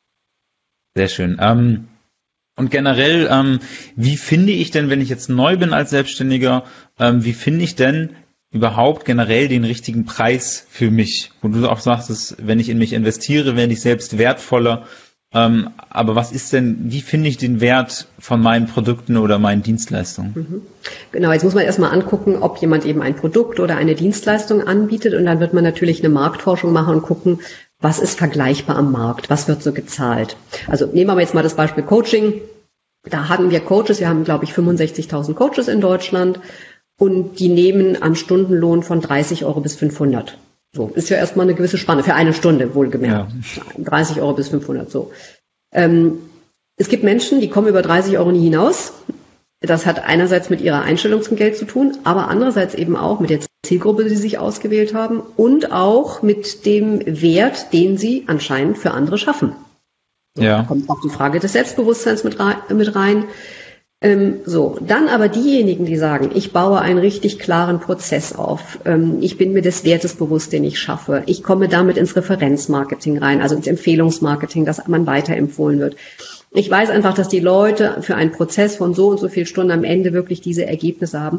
Sehr schön. Ähm, und generell, ähm, wie finde ich denn, wenn ich jetzt neu bin als Selbstständiger, ähm, wie finde ich denn überhaupt generell den richtigen Preis für mich? Wo du auch sagst, dass, wenn ich in mich investiere, werde ich selbst wertvoller. Ähm, aber was ist denn, wie finde ich den Wert von meinen Produkten oder meinen Dienstleistungen? Mhm. Genau, jetzt muss man erstmal angucken, ob jemand eben ein Produkt oder eine Dienstleistung anbietet und dann wird man natürlich eine Marktforschung machen und gucken, was ist vergleichbar am Markt, was wird so gezahlt. Also nehmen wir jetzt mal das Beispiel Coaching. Da hatten wir Coaches, wir haben glaube ich fünfundsechzigtausend Coaches in Deutschland und die nehmen am Stundenlohn von dreißig Euro bis fünfhundert. So, ist ja erstmal eine gewisse Spanne, für eine Stunde wohlgemerkt. Ja. dreißig Euro bis fünfhundert, so. Ähm, es gibt Menschen, die kommen über dreißig Euro nie hinaus. Das hat einerseits mit ihrer Einstellung zum Geld zu tun, aber andererseits eben auch mit der Zielgruppe, die sie sich ausgewählt haben und auch mit dem Wert, den sie anscheinend für andere schaffen. So, ja. Da kommt auch die Frage des Selbstbewusstseins mit rein. Mit rein. Ähm, so, dann aber diejenigen, die sagen, ich baue einen richtig klaren Prozess auf, ähm, ich bin mir des Wertes bewusst, den ich schaffe, ich komme damit ins Referenzmarketing rein, also ins Empfehlungsmarketing, dass man weiterempfohlen wird. Ich weiß einfach, dass die Leute für einen Prozess von so und so viel Stunden am Ende wirklich diese Ergebnisse haben.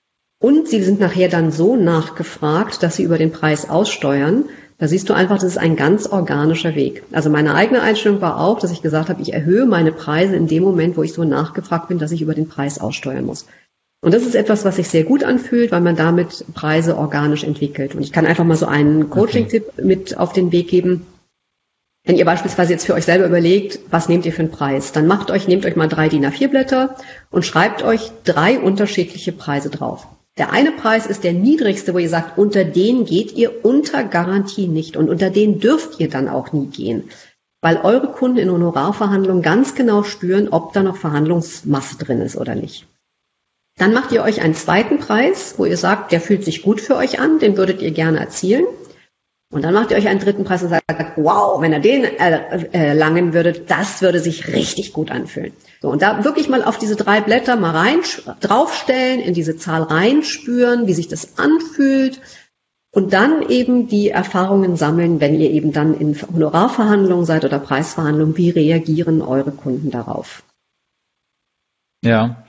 Und sie sind nachher dann so nachgefragt, dass sie über den Preis aussteuern. Da siehst du einfach, das ist ein ganz organischer Weg. Also meine eigene Einstellung war auch, dass ich gesagt habe, ich erhöhe meine Preise in dem Moment, wo ich so nachgefragt bin, dass ich über den Preis aussteuern muss. Und das ist etwas, was sich sehr gut anfühlt, weil man damit Preise organisch entwickelt. Und ich kann einfach mal so einen Coaching-Tipp okay. mit auf den Weg geben. Wenn ihr beispielsweise jetzt für euch selber überlegt, was nehmt ihr für einen Preis, dann macht euch, nehmt euch mal drei D I N A vier Blätter und schreibt euch drei unterschiedliche Preise drauf. Der eine Preis ist der niedrigste, wo ihr sagt, unter den geht ihr unter Garantie nicht und unter den dürft ihr dann auch nie gehen, weil eure Kunden in Honorarverhandlungen ganz genau spüren, ob da noch Verhandlungsmasse drin ist oder nicht. Dann macht ihr euch einen zweiten Preis, wo ihr sagt, der fühlt sich gut für euch an, den würdet ihr gerne erzielen. Und dann macht ihr euch einen dritten Preis und sagt, wow, wenn ihr den erlangen würdet, das würde sich richtig gut anfühlen. So, und da wirklich mal auf diese drei Blätter mal rein, draufstellen, in diese Zahl reinspüren, wie sich das anfühlt und dann eben die Erfahrungen sammeln, wenn ihr eben dann in Honorarverhandlungen seid oder Preisverhandlungen, wie reagieren eure Kunden darauf? Ja.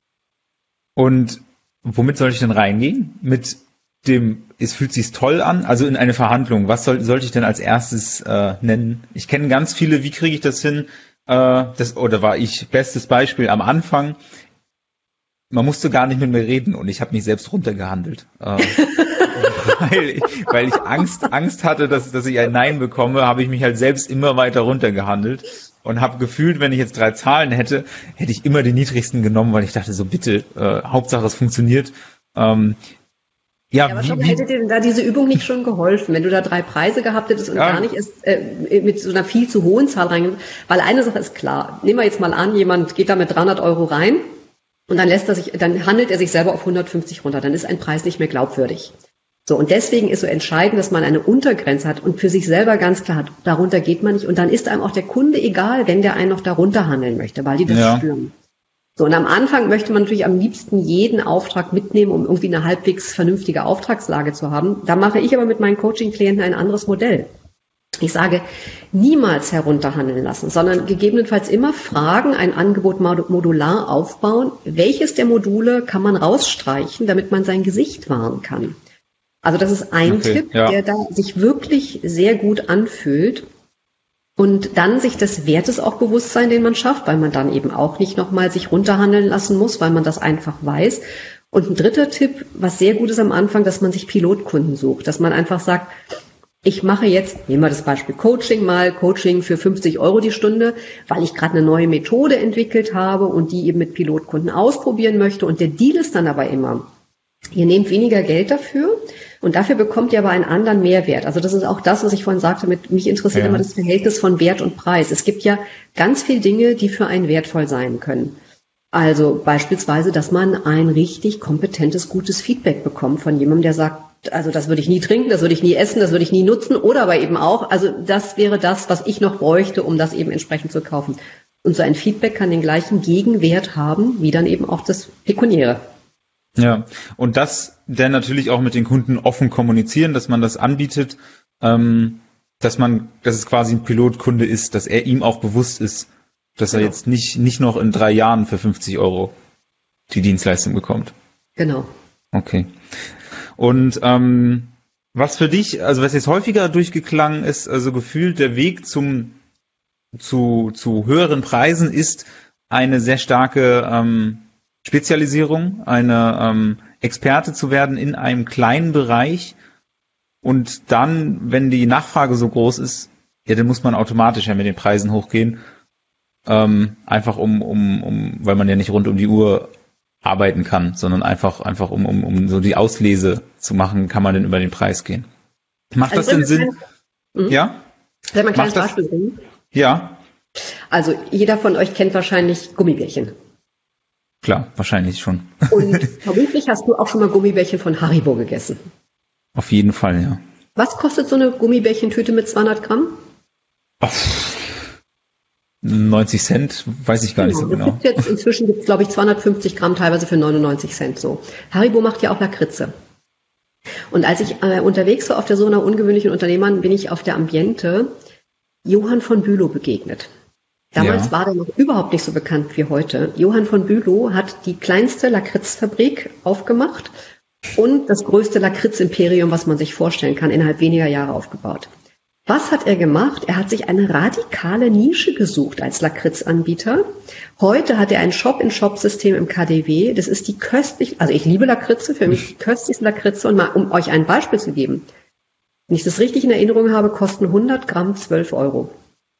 Und womit soll ich denn reingehen? Mit dem, es fühlt sich toll an, also in eine Verhandlung, was soll, sollte ich denn als erstes äh, nennen? Ich kenne ganz viele, wie kriege ich das hin? Äh, das, oder war ich, bestes Beispiel am Anfang, man musste gar nicht mit mir reden und ich habe mich selbst runtergehandelt. Äh, weil, ich, weil ich Angst, Angst hatte, dass, dass ich ein Nein bekomme, habe ich mich halt selbst immer weiter runtergehandelt und habe gefühlt, wenn ich jetzt drei Zahlen hätte, hätte ich immer die niedrigsten genommen, weil ich dachte so, bitte, äh, Hauptsache es funktioniert. Ähm, Ja, ja, aber schon hätte dir da diese Übung nicht schon geholfen, wenn du da drei Preise gehabt hättest und ja. gar nicht erst äh, mit so einer viel zu hohen Zahl reingehen. Weil eine Sache ist klar, nehmen wir jetzt mal an, jemand geht da mit dreihundert Euro rein Und dann lässt er sich, dann handelt er sich selber auf hundertfünfzig runter. Dann ist ein Preis nicht mehr glaubwürdig. So, und deswegen ist so entscheidend, dass man eine Untergrenze hat und für sich selber ganz klar hat, darunter geht man nicht. Und dann ist einem auch der Kunde egal, wenn der einen noch darunter handeln möchte, weil die das ja. spüren. So, und am Anfang möchte man natürlich am liebsten jeden Auftrag mitnehmen, um irgendwie eine halbwegs vernünftige Auftragslage zu haben. Da mache ich aber mit meinen Coaching-Klienten ein anderes Modell. Ich sage, niemals herunterhandeln lassen, sondern gegebenenfalls immer fragen, ein Angebot modular aufbauen. Welches der Module kann man rausstreichen, damit man sein Gesicht wahren kann? Also das ist ein okay, Tipp, ja. der da sich wirklich sehr gut anfühlt. Und dann sich des Wertes auch bewusst sein, den man schafft, weil man dann eben auch nicht nochmal sich runterhandeln lassen muss, weil man das einfach weiß. Und ein dritter Tipp, was sehr gut ist am Anfang, dass man sich Pilotkunden sucht, dass man einfach sagt, ich mache jetzt, nehmen wir das Beispiel Coaching mal, Coaching für fünfzig Euro die Stunde, weil ich gerade eine neue Methode entwickelt habe und die eben mit Pilotkunden ausprobieren möchte. Und der Deal ist dann aber immer, ihr nehmt weniger Geld dafür und dafür bekommt ihr aber einen anderen Mehrwert. Also das ist auch das, was ich vorhin sagte, mit mich interessiert ja. immer das Verhältnis von Wert und Preis. Es gibt ja ganz viele Dinge, die für einen wertvoll sein können. Also beispielsweise, dass man ein richtig kompetentes, gutes Feedback bekommt von jemandem, der sagt, also das würde ich nie trinken, das würde ich nie essen, das würde ich nie nutzen oder aber eben auch, also das wäre das, was ich noch bräuchte, um das eben entsprechend zu kaufen. Und so ein Feedback kann den gleichen Gegenwert haben, wie dann eben auch das Pekuniäre. Ja, und das dann natürlich auch mit den Kunden offen kommunizieren, dass man das anbietet, ähm, dass man, dass es quasi ein Pilotkunde ist, dass er ihm auch bewusst ist, dass er genau. jetzt nicht, nicht noch in drei Jahren für fünfzig Euro die Dienstleistung bekommt. Genau. Okay. Und ähm, was für dich, also was jetzt häufiger durchgeklangen ist, also gefühlt der Weg zum zu, zu höheren Preisen ist eine sehr starke ähm, Spezialisierung, eine ähm, Experte zu werden in einem kleinen Bereich und dann, wenn die Nachfrage so groß ist, ja, dann muss man automatisch ja mit den Preisen hochgehen, ähm, einfach um, um, um, weil man ja nicht rund um die Uhr arbeiten kann, sondern einfach, einfach um, um, um so die Auslese zu machen, kann man dann über den Preis gehen. Macht also das denn Sinn? Keine, ja? Soll man ein kleines Beispiel bringen? Ja. Also jeder von euch kennt wahrscheinlich Gummibärchen. Klar, wahrscheinlich schon. Und vermutlich hast du auch schon mal Gummibärchen von Haribo gegessen. Auf jeden Fall, ja. Was kostet so eine Gummibärchentüte mit zweihundert Gramm? Oh, neunzig Cent, weiß ich gar nicht genau, so genau. Gibt jetzt, inzwischen gibt es, glaube ich, zweihundertfünfzig Gramm, teilweise für neunundneunzig Cent so. Haribo macht ja auch Lakritze. Und als ich äh, unterwegs war auf der so einer ungewöhnlichen Unternehmerin, bin ich auf der Ambiente Johann von Bülow begegnet. Damals ja. war der noch überhaupt nicht so bekannt wie heute. Johann von Bülow hat die kleinste Lakritzfabrik aufgemacht und das größte Lakritzimperium, was man sich vorstellen kann, innerhalb weniger Jahre aufgebaut. Was hat er gemacht? Er hat sich eine radikale Nische gesucht als Lakritzanbieter. Heute hat er ein Shop-in-Shop-System im K D W. Das ist die köstlich, also ich liebe Lakritze, für mich die köstlichste Lakritze. Und mal, um euch ein Beispiel zu geben, wenn ich das richtig in Erinnerung habe, kosten hundert Gramm zwölf Euro.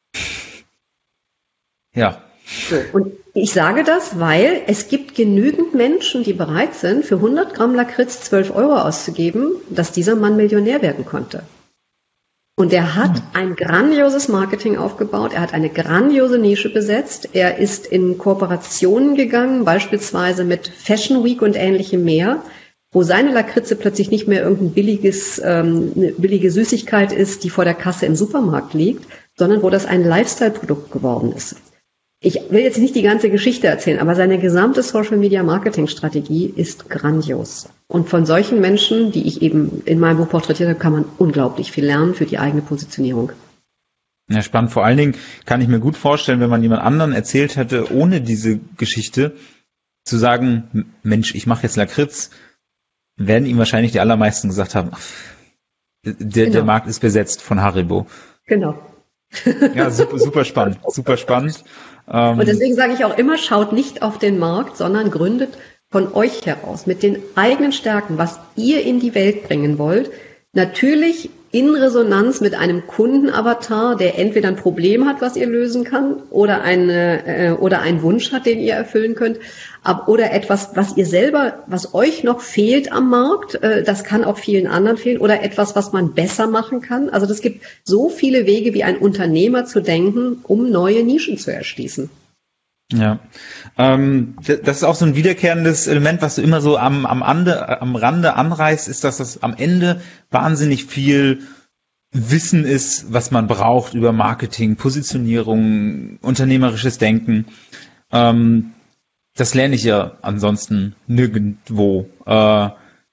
Ja. So, und ich sage das, weil es gibt genügend Menschen, die bereit sind, für hundert Gramm Lakritz zwölf Euro auszugeben, dass dieser Mann Millionär werden konnte. Und er hat ein grandioses Marketing aufgebaut, er hat eine grandiose Nische besetzt, er ist in Kooperationen gegangen, beispielsweise mit Fashion Week und ähnlichem mehr, wo seine Lakritze plötzlich nicht mehr irgendein billiges, ähm, eine billige Süßigkeit ist, die vor der Kasse im Supermarkt liegt, sondern wo das ein Lifestyle-Produkt geworden ist. Ich will jetzt nicht die ganze Geschichte erzählen, aber seine gesamte Social-Media-Marketing-Strategie ist grandios. Und von solchen Menschen, die ich eben in meinem Buch porträtiert habe, kann man unglaublich viel lernen für die eigene Positionierung. Ja, spannend. Vor allen Dingen kann ich mir gut vorstellen, wenn man jemand anderen erzählt hätte, ohne diese Geschichte, zu sagen, Mensch, ich mache jetzt Lakritz, werden ihm wahrscheinlich die allermeisten gesagt haben, der, genau. der Markt ist besetzt von Haribo. Genau. Ja, super, super spannend, super spannend. Und deswegen sage ich auch immer, schaut nicht auf den Markt, sondern gründet von euch heraus mit den eigenen Stärken, was ihr in die Welt bringen wollt. Natürlich in Resonanz mit einem Kundenavatar, der entweder ein Problem hat, was ihr lösen kann, oder eine äh, oder einen Wunsch hat, den ihr erfüllen könnt, ab, oder etwas, was ihr selber, was euch noch fehlt am Markt, äh, das kann auch vielen anderen fehlen, oder etwas, was man besser machen kann. Also das gibt so viele Wege, wie ein Unternehmer zu denken, um neue Nischen zu erschließen. Ja, ähm, das ist auch so ein wiederkehrendes Element, was du immer so am, am, Ande, am Rande anreißt, ist, dass das am Ende wahnsinnig viel Wissen ist, was man braucht über Marketing, Positionierung, unternehmerisches Denken. Ähm, das lerne ich ja ansonsten nirgendwo. Äh,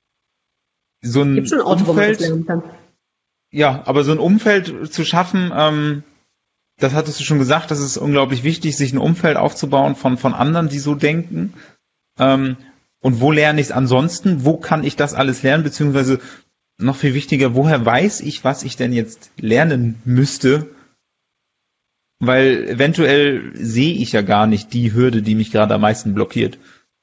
so ein Gibt schon Orte, Umfeld, wo man das lernen kann. Ja, aber so ein Umfeld zu schaffen, ähm, das hattest du schon gesagt, das ist unglaublich wichtig, sich ein Umfeld aufzubauen von, von anderen, die so denken. Ähm, und wo lerne ich es ansonsten? Wo kann ich das alles lernen? Beziehungsweise noch viel wichtiger, woher weiß ich, was ich denn jetzt lernen müsste? Weil eventuell sehe ich ja gar nicht die Hürde, die mich gerade am meisten blockiert.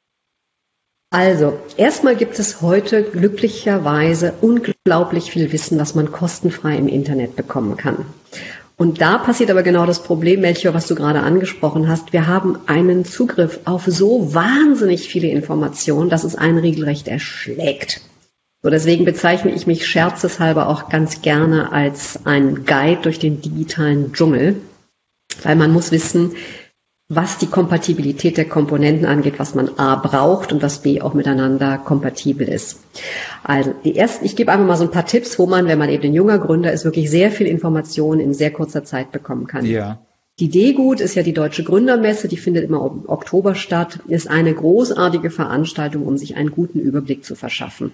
Also, erstmal gibt es heute glücklicherweise unglaublich viel Wissen, was man kostenfrei im Internet bekommen kann. Und da passiert aber genau das Problem, Melchior, was du gerade angesprochen hast. Wir haben einen Zugriff auf so wahnsinnig viele Informationen, dass es einen regelrecht erschlägt. So, deswegen bezeichne ich mich scherzeshalber auch ganz gerne als ein Guide durch den digitalen Dschungel, weil man muss wissen, was die Kompatibilität der Komponenten angeht, was man A braucht und was B auch miteinander kompatibel ist. Also die ersten, ich gebe einfach mal so ein paar Tipps, wo man, wenn man eben ein junger Gründer ist, wirklich sehr viel Informationen in sehr kurzer Zeit bekommen kann. Ja. Die D-Gut ist ja die Deutsche Gründermesse, die findet immer im Oktober statt, ist eine großartige Veranstaltung, um sich einen guten Überblick zu verschaffen.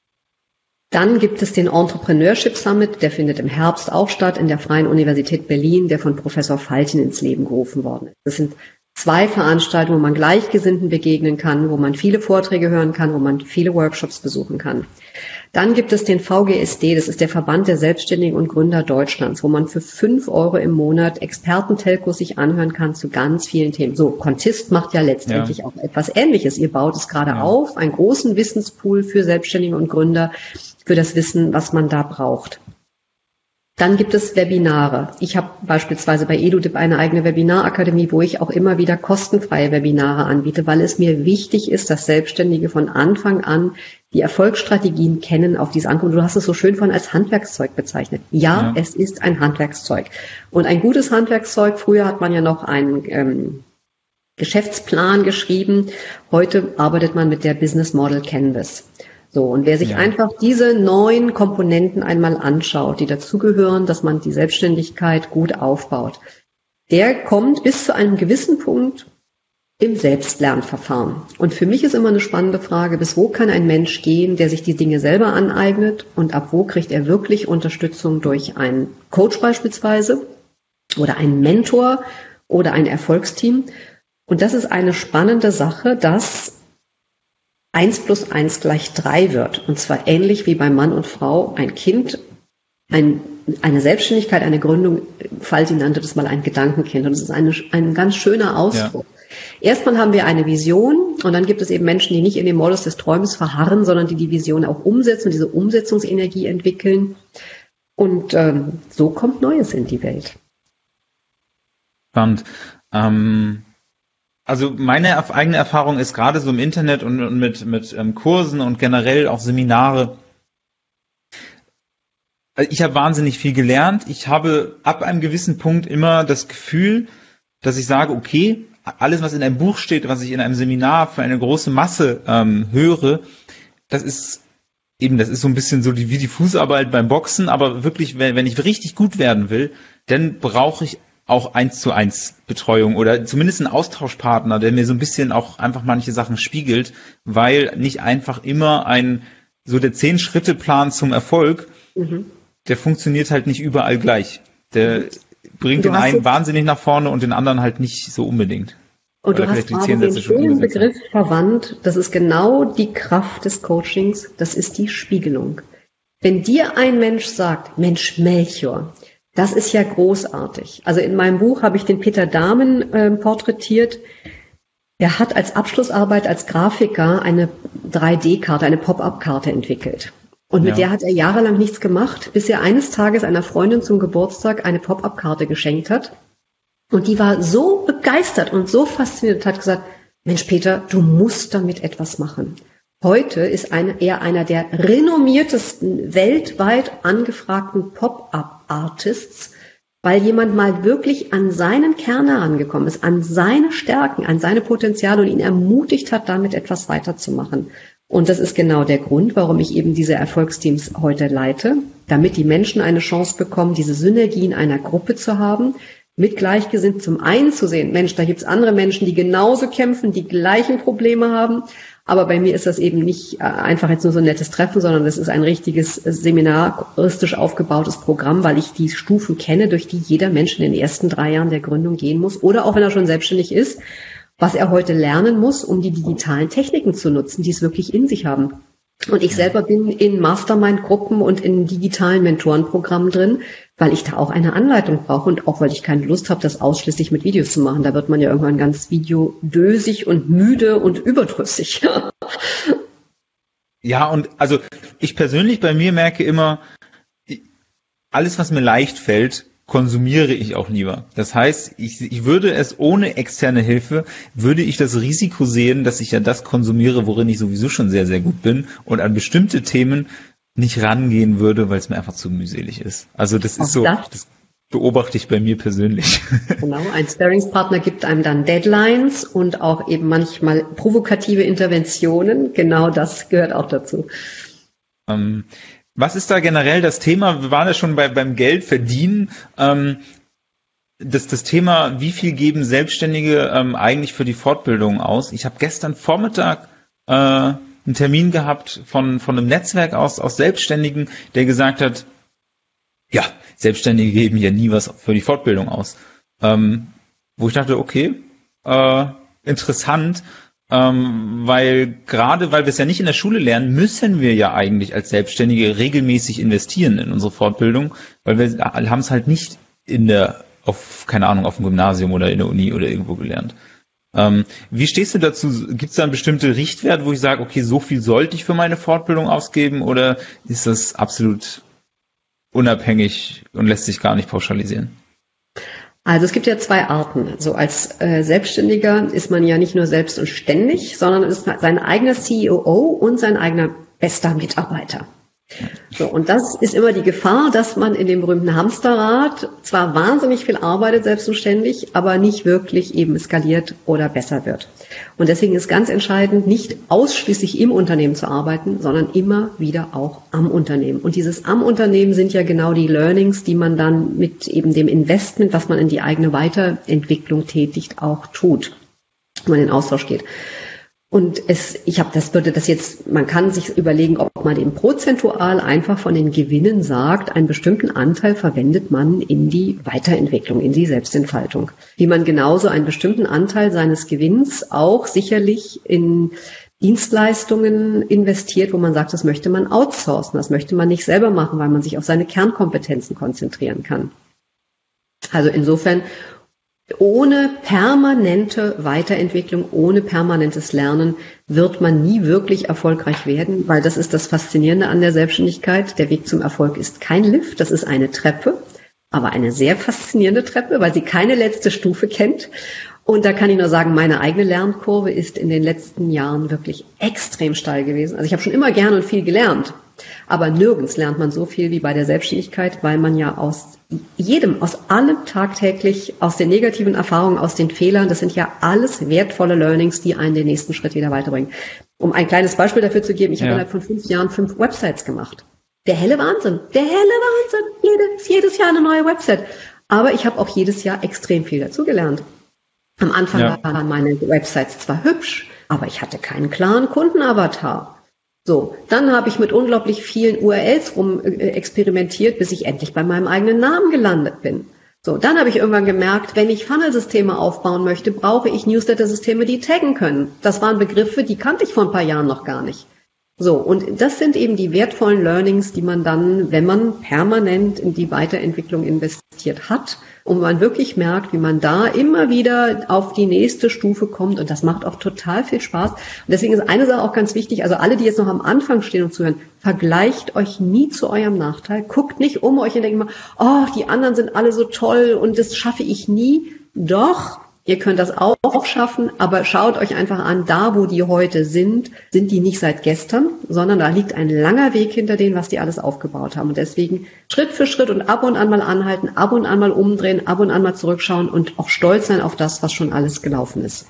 Dann gibt es den Entrepreneurship Summit, der findet im Herbst auch statt in der Freien Universität Berlin, der von Professor Faltin ins Leben gerufen worden ist. Das sind zwei Veranstaltungen, wo man Gleichgesinnten begegnen kann, wo man viele Vorträge hören kann, wo man viele Workshops besuchen kann. Dann gibt es den V G S D, das ist der Verband der Selbstständigen und Gründer Deutschlands, wo man für fünf Euro im Monat Experten-Telcos sich anhören kann zu ganz vielen Themen. So, Contist macht ja letztendlich ja. auch etwas Ähnliches. Ihr baut es gerade ja. auf, einen großen Wissenspool für Selbstständige und Gründer, für das Wissen, was man da braucht. Dann gibt es Webinare. Ich habe beispielsweise bei EduDip eine eigene Webinarakademie, wo ich auch immer wieder kostenfreie Webinare anbiete, weil es mir wichtig ist, dass Selbstständige von Anfang an die Erfolgsstrategien kennen, auf die es ankommt. Du hast es so schön von als Handwerkszeug bezeichnet. Ja, ja, es ist ein Handwerkszeug. Und ein gutes Handwerkszeug, früher hat man ja noch einen ähm, Geschäftsplan geschrieben, heute arbeitet man mit der Business Model Canvas. So, und wer sich ja. einfach diese neun Komponenten einmal anschaut, die dazugehören, dass man die Selbstständigkeit gut aufbaut, der kommt bis zu einem gewissen Punkt im Selbstlernverfahren. Und für mich ist immer eine spannende Frage, bis wo kann ein Mensch gehen, der sich die Dinge selber aneignet und ab wo kriegt er wirklich Unterstützung durch einen Coach beispielsweise oder einen Mentor oder ein Erfolgsteam. Und das ist eine spannende Sache, dass eins plus eins gleich drei wird. Und zwar ähnlich wie bei Mann und Frau, ein Kind, ein, eine Selbstständigkeit, eine Gründung, Falti nannte das mal ein Gedankenkind. Und das ist eine, ein ganz schöner Ausdruck. Ja. Erstmal haben wir eine Vision und dann gibt es eben Menschen, die nicht in dem Modus des Träumens verharren, sondern die die Vision auch umsetzen und diese Umsetzungsenergie entwickeln. Und ähm, so kommt Neues in die Welt. Spannend. Ähm Also meine eigene Erfahrung ist gerade so im Internet und, und mit, mit ähm, Kursen und generell auch Seminare. Ich habe wahnsinnig viel gelernt. Ich habe ab einem gewissen Punkt immer das Gefühl, dass ich sage, okay, alles, was in einem Buch steht, was ich in einem Seminar für eine große Masse ähm, höre, das ist eben, das ist so ein bisschen so die, wie die Fußarbeit beim Boxen, aber wirklich, wenn, wenn ich richtig gut werden will, dann brauche ich auch eins zu eins Betreuung oder zumindest einen Austauschpartner, der mir so ein bisschen auch einfach manche Sachen spiegelt, weil nicht einfach immer ein, so der Zehn-Schritte-Plan zum Erfolg, mhm. der funktioniert halt nicht überall gleich. Der mhm. bringt den einen wahnsinnig nach vorne und den anderen halt nicht so unbedingt. Und du hast gerade den schönen Begriff verwandt, das ist genau die Kraft des Coachings, das ist die Spiegelung. Wenn dir ein Mensch sagt, Mensch Melchior, das ist ja großartig. Also in meinem Buch habe ich den Peter Dahmen äh, porträtiert. Er hat als Abschlussarbeit als Grafiker eine drei D-Karte, eine Pop-up-Karte entwickelt. Und mit ja. der hat er jahrelang nichts gemacht, bis er eines Tages einer Freundin zum Geburtstag eine Pop-up-Karte geschenkt hat. Und die war so begeistert und so fasziniert, hat gesagt, Mensch Peter, du musst damit etwas machen. Heute ist eine, er einer der renommiertesten, weltweit angefragten Pop-up-Artists weil jemand mal wirklich an seinen Kern herangekommen ist, an seine Stärken, an seine Potenziale und ihn ermutigt hat, damit etwas weiterzumachen. Und das ist genau der Grund, warum ich eben diese Erfolgsteams heute leite, damit die Menschen eine Chance bekommen, diese Synergien einer Gruppe zu haben, mit Gleichgesinnten zum einen zu sehen, Mensch, da gibt's andere Menschen, die genauso kämpfen, die gleichen Probleme haben. Aber bei mir ist das eben nicht einfach jetzt nur so ein nettes Treffen, sondern das ist ein richtiges seminaristisch aufgebautes Programm, weil ich die Stufen kenne, durch die jeder Mensch in den ersten drei Jahren der Gründung gehen muss. Oder auch wenn er schon selbstständig ist, was er heute lernen muss, um die digitalen Techniken zu nutzen, die es wirklich in sich haben. Und ich selber bin in Mastermind-Gruppen und in digitalen Mentorenprogrammen drin, weil ich da auch eine Anleitung brauche und auch weil ich keine Lust habe, das ausschließlich mit Videos zu machen. Da wird man ja irgendwann ganz videodösig und müde und überdrüssig. Ja, und also ich persönlich bei mir merke immer, alles, was mir leicht fällt, konsumiere ich auch lieber. Das heißt, ich, ich würde es ohne externe Hilfe, würde ich das Risiko sehen, dass ich ja das konsumiere, worin ich sowieso schon sehr, sehr gut bin und an bestimmte Themen nicht rangehen würde, weil es mir einfach zu mühselig ist. Also das auch ist so, das? das beobachte ich bei mir persönlich. Genau, ein Sparringspartner gibt einem dann Deadlines und auch eben manchmal provokative Interventionen. Genau das gehört auch dazu. Ähm, Was ist da generell das Thema? Wir waren ja schon bei, beim Geld verdienen. Ähm, das, das Thema, wie viel geben Selbstständige ähm, eigentlich für die Fortbildung aus? Ich habe gestern Vormittag äh, einen Termin gehabt von, von einem Netzwerk aus, aus Selbstständigen, der gesagt hat, ja, Selbstständige geben ja nie was für die Fortbildung aus. Ähm, wo ich dachte, okay, äh, interessant. Ähm, weil gerade, weil wir es ja nicht in der Schule lernen, müssen wir ja eigentlich als Selbstständige regelmäßig investieren in unsere Fortbildung, weil wir haben es halt nicht in der, auf, keine Ahnung, auf dem Gymnasium oder in der Uni oder irgendwo gelernt. Ähm, wie stehst du dazu? Gibt es da einen bestimmten Richtwert, wo ich sage, okay, so viel sollte ich für meine Fortbildung ausgeben, oder ist das absolut unabhängig und lässt sich gar nicht pauschalisieren? Also es gibt ja zwei Arten. So als äh, Selbstständiger ist man ja nicht nur selbst und ständig, sondern ist sein eigener C E O und sein eigener bester Mitarbeiter. So, und das ist immer die Gefahr, dass man in dem berühmten Hamsterrad zwar wahnsinnig viel arbeitet, selbst und ständig, aber nicht wirklich eben skaliert oder besser wird. Und deswegen ist ganz entscheidend, nicht ausschließlich im Unternehmen zu arbeiten, sondern immer wieder auch am Unternehmen. Und dieses am Unternehmen sind ja genau die Learnings, die man dann mit eben dem Investment, was man in die eigene Weiterentwicklung tätigt, auch tut, wenn man in den Austausch geht. Und es, ich habe das würde das jetzt, man kann sich überlegen, ob man eben prozentual einfach von den Gewinnen sagt, einen bestimmten Anteil verwendet man in die Weiterentwicklung, in die Selbstentfaltung. Wie man genauso einen bestimmten Anteil seines Gewinns auch sicherlich in Dienstleistungen investiert, wo man sagt, das möchte man outsourcen, das möchte man nicht selber machen, weil man sich auf seine Kernkompetenzen konzentrieren kann. Also insofern, ohne permanente Weiterentwicklung, ohne permanentes Lernen wird man nie wirklich erfolgreich werden, weil das ist das Faszinierende an der Selbstständigkeit. Der Weg zum Erfolg ist kein Lift, das ist eine Treppe, aber eine sehr faszinierende Treppe, weil sie keine letzte Stufe kennt. Und da kann ich nur sagen, meine eigene Lernkurve ist in den letzten Jahren wirklich extrem steil gewesen. Also ich habe schon immer gern und viel gelernt, aber nirgends lernt man so viel wie bei der Selbstständigkeit, weil man ja aus jedem, aus allem tagtäglich, aus den negativen Erfahrungen, aus den Fehlern, das sind ja alles wertvolle Learnings, die einen den nächsten Schritt wieder weiterbringen. Um ein kleines Beispiel dafür zu geben, ich ja. habe innerhalb von fünf Jahren fünf Websites gemacht. Der helle Wahnsinn, der helle Wahnsinn, jedes, jedes Jahr eine neue Website. Aber ich habe auch jedes Jahr extrem viel dazugelernt. Am Anfang ja. waren meine Websites zwar hübsch, aber ich hatte keinen klaren Kundenavatar. So, dann habe ich mit unglaublich vielen U R Ls rum äh, experimentiert, bis ich endlich bei meinem eigenen Namen gelandet bin. So, dann habe ich irgendwann gemerkt, wenn ich Funnel-Systeme aufbauen möchte, brauche ich Newsletter-Systeme, die taggen können. Das waren Begriffe, die kannte ich vor ein paar Jahren noch gar nicht. So, und das sind eben die wertvollen Learnings, die man dann, wenn man permanent in die Weiterentwicklung investiert hat, und man wirklich merkt, wie man da immer wieder auf die nächste Stufe kommt, und das macht auch total viel Spaß. Und deswegen ist eine Sache auch ganz wichtig, also alle, die jetzt noch am Anfang stehen und zuhören, vergleicht euch nie zu eurem Nachteil, guckt nicht um euch und denkt mal, oh, die anderen sind alle so toll und das schaffe ich nie. Doch, Ihr könnt das auch schaffen, aber schaut euch einfach an, da wo die heute sind, sind die nicht seit gestern, sondern da liegt ein langer Weg hinter denen, was die alles aufgebaut haben. Und deswegen Schritt für Schritt und ab und an mal anhalten, ab und an mal umdrehen, ab und an mal zurückschauen und auch stolz sein auf das, was schon alles gelaufen ist.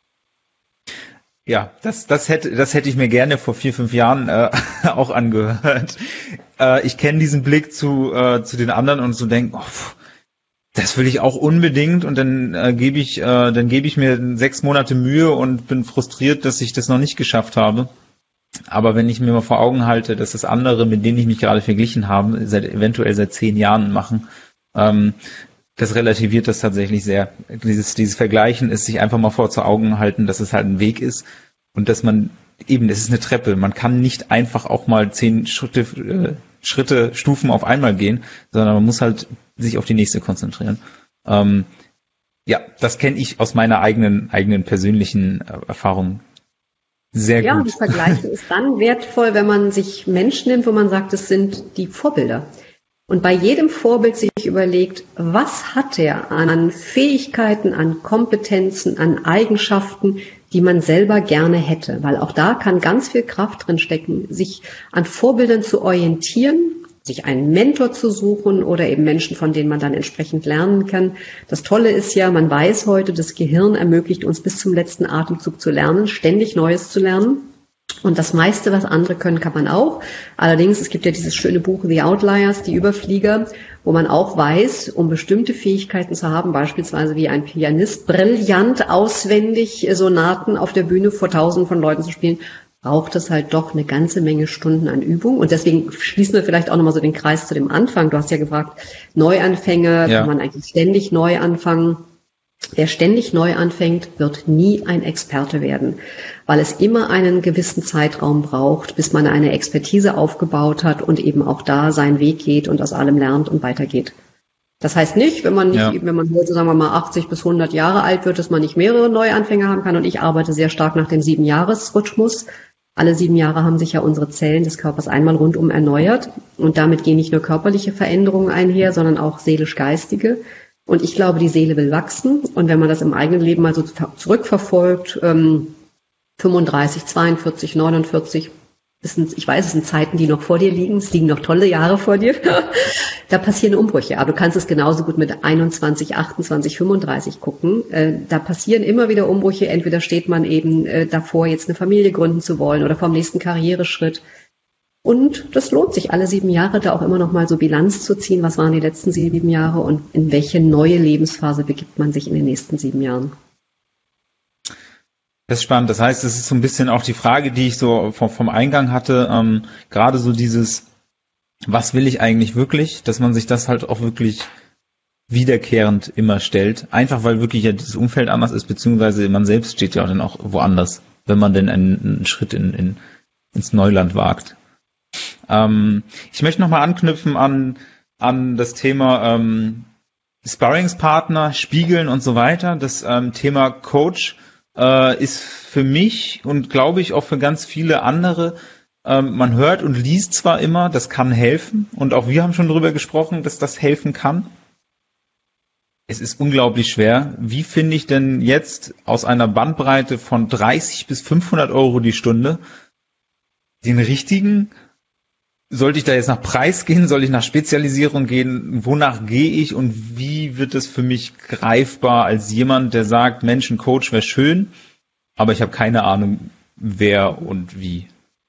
Ja, das, das hätte, das hätte ich mir gerne vor vier, fünf Jahren äh, auch angehört. Äh, ich kenne diesen Blick zu, äh, zu den anderen und so denken, oh, pff, das will ich auch unbedingt und dann äh, gebe ich, äh, dann gebe ich mir sechs Monate Mühe und bin frustriert, dass ich das noch nicht geschafft habe. Aber wenn ich mir mal vor Augen halte, dass das andere, mit denen ich mich gerade verglichen habe, seit eventuell seit zehn Jahren machen, ähm, das relativiert das tatsächlich sehr. Dieses, dieses Vergleichen ist sich einfach mal vor zu Augen halten, dass es halt ein Weg ist und dass man eben, es ist eine Treppe. Man kann nicht einfach auch mal zehn Schritte, äh, Schritte, Stufen auf einmal gehen, sondern man muss halt sich auf die nächste konzentrieren. Ähm, ja, das kenne ich aus meiner eigenen, eigenen persönlichen äh, Erfahrung sehr ja, gut. Ja, das Vergleichen ist dann wertvoll, wenn man sich Menschen nimmt, wo man sagt, das sind die Vorbilder. Und bei jedem Vorbild sich überlegt, was hat er an Fähigkeiten, an Kompetenzen, an Eigenschaften, die man selber gerne hätte. Weil auch da kann ganz viel Kraft drin stecken, sich an Vorbildern zu orientieren, sich einen Mentor zu suchen oder eben Menschen, von denen man dann entsprechend lernen kann. Das Tolle ist ja, man weiß heute, das Gehirn ermöglicht uns bis zum letzten Atemzug zu lernen, ständig Neues zu lernen. Und das meiste, was andere können, kann man auch. Allerdings, es gibt ja dieses schöne Buch The Outliers, die Überflieger, wo man auch weiß, um bestimmte Fähigkeiten zu haben, beispielsweise wie ein Pianist brillant auswendig Sonaten auf der Bühne vor Tausenden von Leuten zu spielen, braucht es halt doch eine ganze Menge Stunden an Übung. Und deswegen schließen wir vielleicht auch nochmal so den Kreis zu dem Anfang. Du hast ja gefragt, Neuanfänge, ja. Kann man eigentlich ständig neu anfangen? Wer ständig neu anfängt, wird nie ein Experte werden, weil es immer einen gewissen Zeitraum braucht, bis man eine Expertise aufgebaut hat und eben auch da seinen Weg geht und aus allem lernt und weitergeht. Das heißt nicht, wenn man nicht, ja. wenn man heute, sagen wir mal, achtzig bis hundert Jahre alt wird, dass man nicht mehrere Neuanfänge haben kann. Und ich arbeite sehr stark nach dem Sieben-Jahres-Rhythmus. Alle sieben Jahre haben sich ja unsere Zellen des Körpers einmal rundum erneuert. Und damit gehen nicht nur körperliche Veränderungen einher, sondern auch seelisch-geistige. Und ich glaube, die Seele will wachsen. Und wenn man das im eigenen Leben mal so zurückverfolgt, ähm, fünfunddreißig, zweiundvierzig, neunundvierzig, das sind, ich weiß, es sind Zeiten, die noch vor dir liegen. Es liegen noch tolle Jahre vor dir. Da passieren Umbrüche. Aber du kannst es genauso gut mit einundzwanzig, achtundzwanzig, fünfunddreißig gucken. Äh, da passieren immer wieder Umbrüche. Entweder steht man eben äh, davor, jetzt eine Familie gründen zu wollen oder vom nächsten Karriereschritt. Und das lohnt sich, alle sieben Jahre da auch immer noch mal so Bilanz zu ziehen. Was waren die letzten sieben Jahre und in welche neue Lebensphase begibt man sich in den nächsten sieben Jahren? Das ist spannend. Das heißt, es ist so ein bisschen auch die Frage, die ich so vom, vom Eingang hatte, ähm, gerade so dieses, was will ich eigentlich wirklich, dass man sich das halt auch wirklich wiederkehrend immer stellt. Einfach weil wirklich ja das Umfeld anders ist, beziehungsweise man selbst steht ja auch dann auch woanders, wenn man denn einen, einen Schritt in, in, ins Neuland wagt. Ähm, ich möchte nochmal anknüpfen an, an das Thema ähm, Sparringspartner, Spiegeln und so weiter. Das ähm, Thema Coach äh, ist für mich und glaube ich auch für ganz viele andere, ähm, man hört und liest zwar immer, das kann helfen und auch wir haben schon darüber gesprochen, dass das helfen kann. Es ist unglaublich schwer. Wie finde ich denn jetzt aus einer Bandbreite von dreißig bis fünfhundert Euro die Stunde den richtigen? Sollte ich da jetzt nach Preis gehen? Soll ich nach Spezialisierung gehen? Wonach gehe ich und wie wird es für mich greifbar als jemand, der sagt, Mensch, ein Coach wäre schön, aber ich habe keine Ahnung, wer und wie?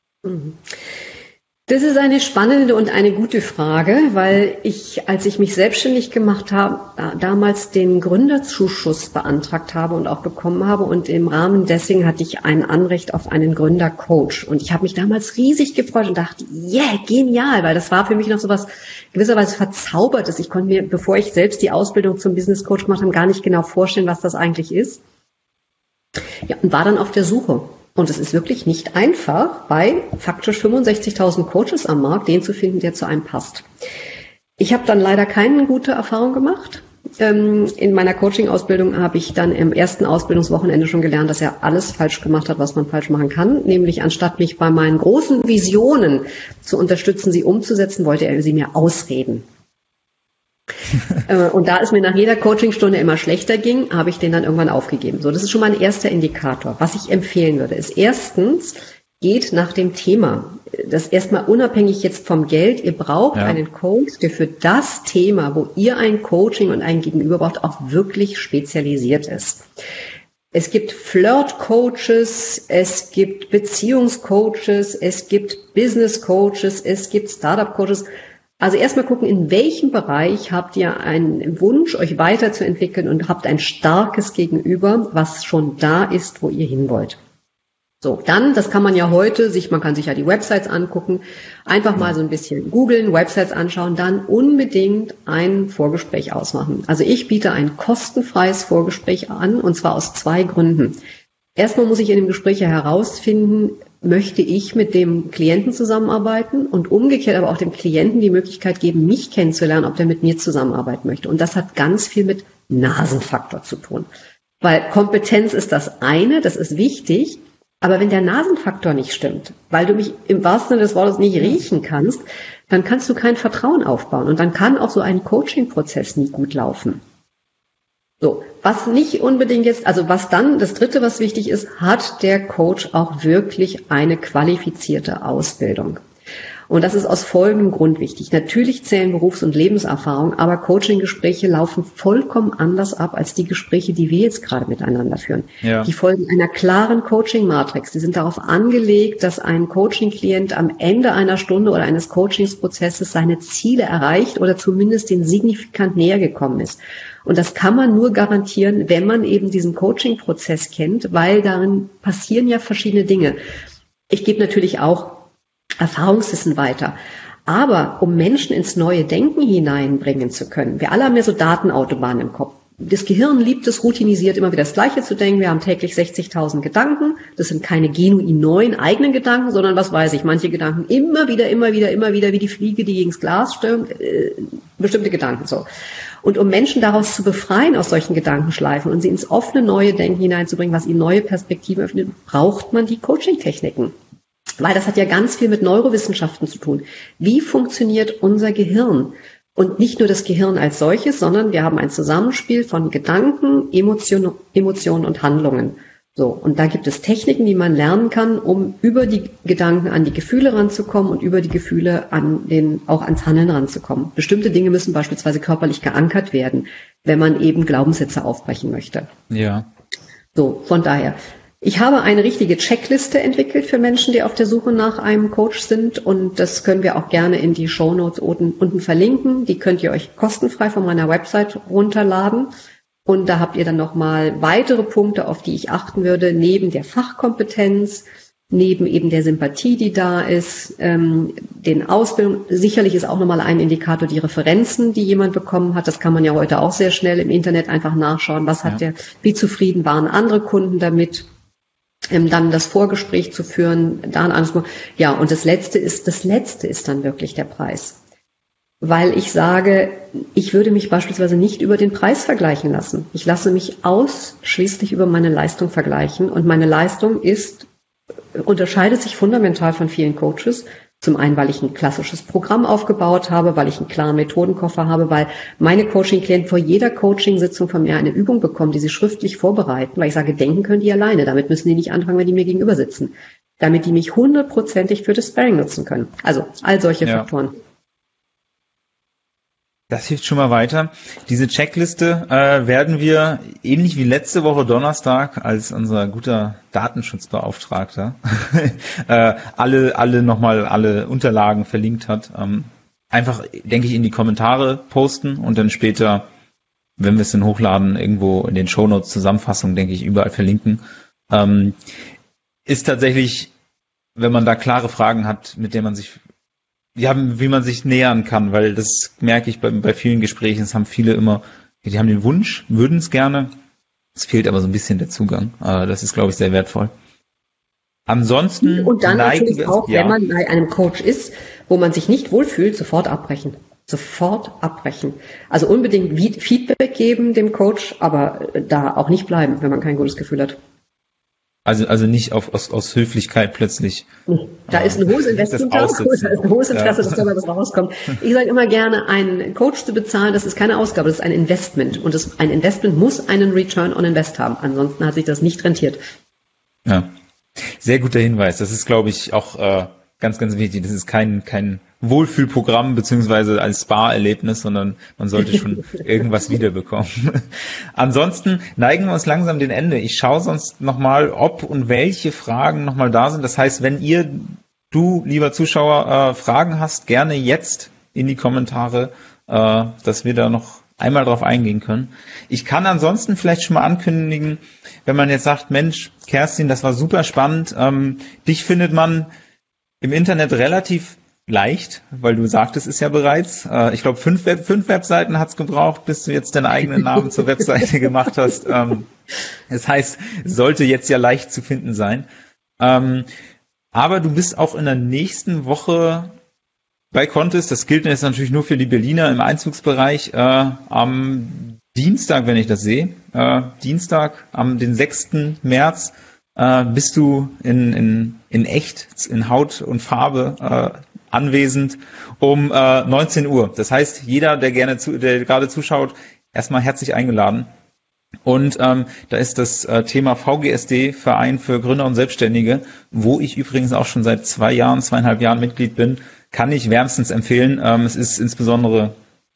Das ist eine spannende und eine gute Frage, weil ich, als ich mich selbstständig gemacht habe, damals den Gründerzuschuss beantragt habe und auch bekommen habe und im Rahmen dessen hatte ich ein Anrecht auf einen Gründercoach und ich habe mich damals riesig gefreut und dachte, yeah, genial, weil das war für mich noch so was gewisserweise Verzaubertes. Ich konnte mir, bevor ich selbst die Ausbildung zum Business Coach gemacht habe, gar nicht genau vorstellen, was das eigentlich ist. Ja, und war dann auf der Suche. Und es ist wirklich nicht einfach, bei faktisch fünfundsechzigtausend Coaches am Markt, den zu finden, der zu einem passt. Ich habe dann leider keine gute Erfahrung gemacht. In meiner Coaching-Ausbildung habe ich dann im ersten Ausbildungswochenende schon gelernt, dass er alles falsch gemacht hat, was man falsch machen kann. Nämlich anstatt mich bei meinen großen Visionen zu unterstützen, sie umzusetzen, wollte er sie mir ausreden. Und da es mir nach jeder Coachingstunde immer schlechter ging, habe ich den dann irgendwann aufgegeben. So, das ist schon mal ein erster Indikator. Was ich empfehlen würde, ist erstens, geht nach dem Thema. Das erstmal unabhängig jetzt vom Geld. Ihr braucht ja. einen Coach, der für das Thema, wo ihr ein Coaching und ein Gegenüber braucht, auch wirklich spezialisiert ist. Es gibt Flirt-Coaches, es gibt Beziehungscoaches, es gibt Business-Coaches, es gibt Startup-Coaches. Also erstmal gucken, in welchem Bereich habt ihr einen Wunsch, euch weiterzuentwickeln und habt ein starkes Gegenüber, was schon da ist, wo ihr hin wollt. So, dann, das kann man ja heute sich, man kann sich ja die Websites angucken, einfach mal so ein bisschen googeln, Websites anschauen, dann unbedingt ein Vorgespräch ausmachen. Also ich biete ein kostenfreies Vorgespräch an, und zwar aus zwei Gründen. Erstmal muss ich in dem Gespräch ja herausfinden, möchte ich mit dem Klienten zusammenarbeiten, und umgekehrt aber auch dem Klienten die Möglichkeit geben, mich kennenzulernen, ob der mit mir zusammenarbeiten möchte. Und das hat ganz viel mit Nasenfaktor zu tun. Weil Kompetenz ist das eine, das ist wichtig. Aber wenn der Nasenfaktor nicht stimmt, weil du mich im wahrsten Sinne des Wortes nicht riechen kannst, dann kannst du kein Vertrauen aufbauen. Und dann kann auch so ein Coaching-Prozess nie gut laufen. So, was nicht unbedingt jetzt, also was dann, das Dritte, was wichtig ist, hat der Coach auch wirklich eine qualifizierte Ausbildung. Und das ist aus folgendem Grund wichtig. Natürlich zählen Berufs- und Lebenserfahrung, aber Coaching-Gespräche laufen vollkommen anders ab als die Gespräche, die wir jetzt gerade miteinander führen. Ja. Die folgen einer klaren Coaching-Matrix. Die sind darauf angelegt, dass ein Coaching-Klient am Ende einer Stunde oder eines Coachingsprozesses seine Ziele erreicht oder zumindest den signifikant näher gekommen ist. Und das kann man nur garantieren, wenn man eben diesen Coaching-Prozess kennt, weil darin passieren ja verschiedene Dinge. Ich gebe natürlich auch Erfahrungswissen weiter. Aber um Menschen ins neue Denken hineinbringen zu können, wir alle haben ja so Datenautobahnen im Kopf. Das Gehirn liebt es, routinisiert immer wieder das Gleiche zu denken. Wir haben täglich sechzigtausend Gedanken. Das sind keine genuin neuen eigenen Gedanken, sondern was weiß ich, manche Gedanken immer wieder, immer wieder, immer wieder, wie die Fliege, die gegens Glas stürmt, äh, bestimmte Gedanken so. Und um Menschen daraus zu befreien aus solchen Gedankenschleifen und sie ins offene neue Denken hineinzubringen, was ihnen neue Perspektiven öffnet, braucht man die Coaching-Techniken. Weil das hat ja ganz viel mit Neurowissenschaften zu tun. Wie funktioniert unser Gehirn? Und nicht nur das Gehirn als solches, sondern wir haben ein Zusammenspiel von Gedanken, Emotionen, Emotionen und Handlungen. So, und da gibt es Techniken, die man lernen kann, um über die Gedanken an die Gefühle ranzukommen und über die Gefühle an den, auch ans Handeln ranzukommen. Bestimmte Dinge müssen beispielsweise körperlich geankert werden, wenn man eben Glaubenssätze aufbrechen möchte. Ja. So, von daher. Ich habe eine richtige Checkliste entwickelt für Menschen, die auf der Suche nach einem Coach sind, und das können wir auch gerne in die Shownotes unten, unten verlinken. Die könnt ihr euch kostenfrei von meiner Website runterladen, und da habt ihr dann nochmal weitere Punkte, auf die ich achten würde, neben der Fachkompetenz, neben eben der Sympathie, die da ist, ähm, den Ausbildung. Sicherlich ist auch nochmal ein Indikator die Referenzen, die jemand bekommen hat. Das kann man ja heute auch sehr schnell im Internet einfach nachschauen. Was hat ja. der, wie zufrieden waren andere Kunden damit? Ähm, dann das Vorgespräch zu führen, da ein anderes. Ja, und das Letzte ist, das Letzte ist dann wirklich der Preis. Weil ich sage, ich würde mich beispielsweise nicht über den Preis vergleichen lassen. Ich lasse mich ausschließlich über meine Leistung vergleichen, und meine Leistung ist, unterscheidet sich fundamental von vielen Coaches. Zum einen, weil ich ein klassisches Programm aufgebaut habe, weil ich einen klaren Methodenkoffer habe, weil meine Coaching-Klienten vor jeder Coaching-Sitzung von mir eine Übung bekommen, die sie schriftlich vorbereiten, weil ich sage, denken können die alleine. Damit müssen die nicht anfangen, wenn die mir gegenüber sitzen. Damit die mich hundertprozentig für das Sparring nutzen können. Also all solche ja. Faktoren. Das hilft schon mal weiter. Diese Checkliste äh, werden wir, ähnlich wie letzte Woche Donnerstag, als unser guter Datenschutzbeauftragter äh, alle alle nochmal alle Unterlagen verlinkt hat, ähm, einfach, denke ich, in die Kommentare posten und dann später, wenn wir es dann hochladen, irgendwo in den Shownotes, Zusammenfassung, denke ich, überall verlinken. Ähm, ist tatsächlich, wenn man da klare Fragen hat, mit denen man sich Ja, wie man sich nähern kann, weil das merke ich bei, bei vielen Gesprächen, es haben viele immer, die haben den Wunsch, würden es gerne, es fehlt aber so ein bisschen der Zugang. Das ist, glaube ich, sehr wertvoll. Ansonsten... Und dann natürlich auch, ja. wenn man bei einem Coach ist, wo man sich nicht wohlfühlt, sofort abbrechen. Sofort abbrechen. Also unbedingt Feedback geben dem Coach, aber da auch nicht bleiben, wenn man kein gutes Gefühl hat. Also, also nicht auf, aus, aus Höflichkeit plötzlich. Da ist ein hohes Investment da, da ist ein hohes Interesse, ja, dass dabei was rauskommt. Ich sage immer gerne, einen Coach zu bezahlen, das ist keine Ausgabe, das ist ein Investment. Und das, ein Investment muss einen Return on Invest haben. Ansonsten hat sich das nicht rentiert. Ja, sehr guter Hinweis. Das ist, glaube ich, auch äh, ganz, ganz wichtig. Das ist kein, kein Wohlfühlprogramm beziehungsweise als Spa-Erlebnis, sondern man sollte schon irgendwas wiederbekommen. Ansonsten neigen wir uns langsam dem Ende. Ich schaue sonst nochmal, ob und welche Fragen nochmal da sind. Das heißt, wenn ihr, du, lieber Zuschauer, äh, Fragen hast, gerne jetzt in die Kommentare, äh, dass wir da noch einmal drauf eingehen können. Ich kann ansonsten vielleicht schon mal ankündigen, wenn man jetzt sagt, Mensch, Kerstin, das war super spannend. Ähm, dich findet man im Internet relativ leicht, weil du sagtest es ja bereits. Äh, ich glaube, fünf, Web- fünf Webseiten hat es gebraucht, bis du jetzt deinen eigenen Namen zur Webseite gemacht hast. Ähm, das heißt, es sollte jetzt ja leicht zu finden sein. Ähm, aber du bist auch in der nächsten Woche bei Contest. Das gilt jetzt natürlich nur für die Berliner im Einzugsbereich. Äh, am Dienstag, wenn ich das sehe, äh, Dienstag, am den sechsten März, äh, bist du in, in, in echt, in Haut und Farbe äh, anwesend um äh, neunzehn Uhr. Das heißt, jeder, der gerne zu, der gerade zuschaut, erstmal herzlich eingeladen. Und ähm, da ist das äh, Thema V G S D, Verein für Gründer und Selbstständige, wo ich übrigens auch schon seit zwei Jahren, zweieinhalb Jahren Mitglied bin, kann ich wärmstens empfehlen. Ähm, es ist insbesondere,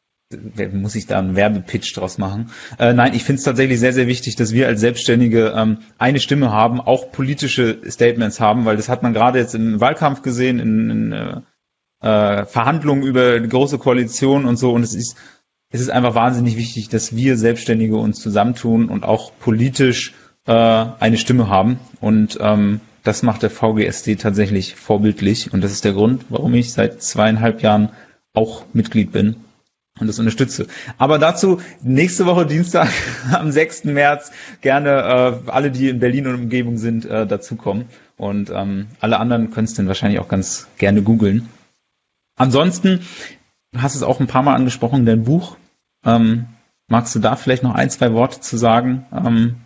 muss ich da einen Werbepitch draus machen? Äh, nein, ich finde es tatsächlich sehr, sehr wichtig, dass wir als Selbstständige ähm, eine Stimme haben, auch politische Statements haben, weil das hat man gerade jetzt im Wahlkampf gesehen, in, in äh, äh, Verhandlungen über die große Koalition und so. Und es ist, es ist einfach wahnsinnig wichtig, dass wir Selbstständige uns zusammentun und auch politisch äh, eine Stimme haben. Und ähm, das macht der V G S D tatsächlich vorbildlich. Und das ist der Grund, warum ich seit zweieinhalb Jahren auch Mitglied bin und das unterstütze. Aber dazu nächste Woche Dienstag am sechsten März gerne äh, alle, die in Berlin und Umgebung sind, äh, dazukommen. Und ähm, alle anderen können es dann wahrscheinlich auch ganz gerne googeln. Ansonsten, du hast es auch ein paar Mal angesprochen, dein Buch. Ähm, magst du da vielleicht noch ein, zwei Worte zu sagen? Ähm,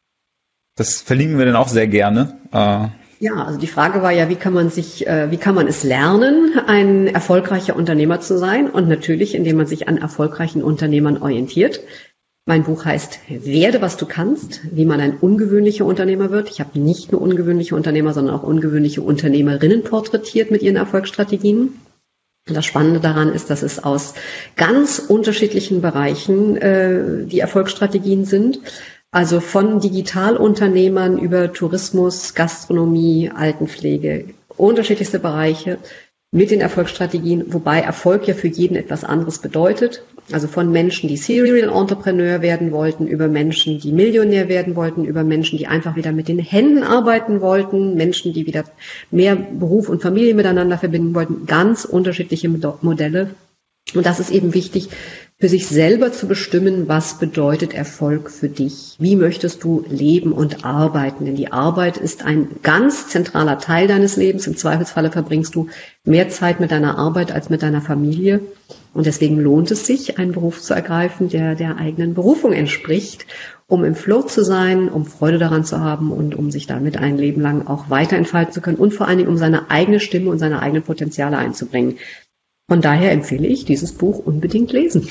das verlinken wir dann auch sehr gerne. Äh, Ja, also die Frage war ja, wie kann man sich, äh, wie kann man es lernen, ein erfolgreicher Unternehmer zu sein? Und natürlich, indem man sich an erfolgreichen Unternehmern orientiert. Mein Buch heißt Werde, was du kannst, wie man ein ungewöhnlicher Unternehmer wird. Ich habe nicht nur ungewöhnliche Unternehmer, sondern auch ungewöhnliche Unternehmerinnen porträtiert mit ihren Erfolgsstrategien. Und das Spannende daran ist, dass es aus ganz unterschiedlichen Bereichen äh, die Erfolgsstrategien sind. Also von Digitalunternehmern über Tourismus, Gastronomie, Altenpflege, unterschiedlichste Bereiche mit den Erfolgsstrategien, wobei Erfolg ja für jeden etwas anderes bedeutet. Also von Menschen, die Serial Entrepreneur werden wollten, über Menschen, die Millionär werden wollten, über Menschen, die einfach wieder mit den Händen arbeiten wollten, Menschen, die wieder mehr Beruf und Familie miteinander verbinden wollten, ganz unterschiedliche Modelle. Und das ist eben wichtig, für sich selber zu bestimmen, was bedeutet Erfolg für dich? Wie möchtest du leben und arbeiten? Denn die Arbeit ist ein ganz zentraler Teil deines Lebens. Im Zweifelsfalle verbringst du mehr Zeit mit deiner Arbeit als mit deiner Familie. Und deswegen lohnt es sich, einen Beruf zu ergreifen, der der eigenen Berufung entspricht, um im Flow zu sein, um Freude daran zu haben und um sich damit ein Leben lang auch weiter entfalten zu können und vor allen Dingen, um seine eigene Stimme und seine eigenen Potenziale einzubringen. Von daher empfehle ich, dieses Buch unbedingt lesen.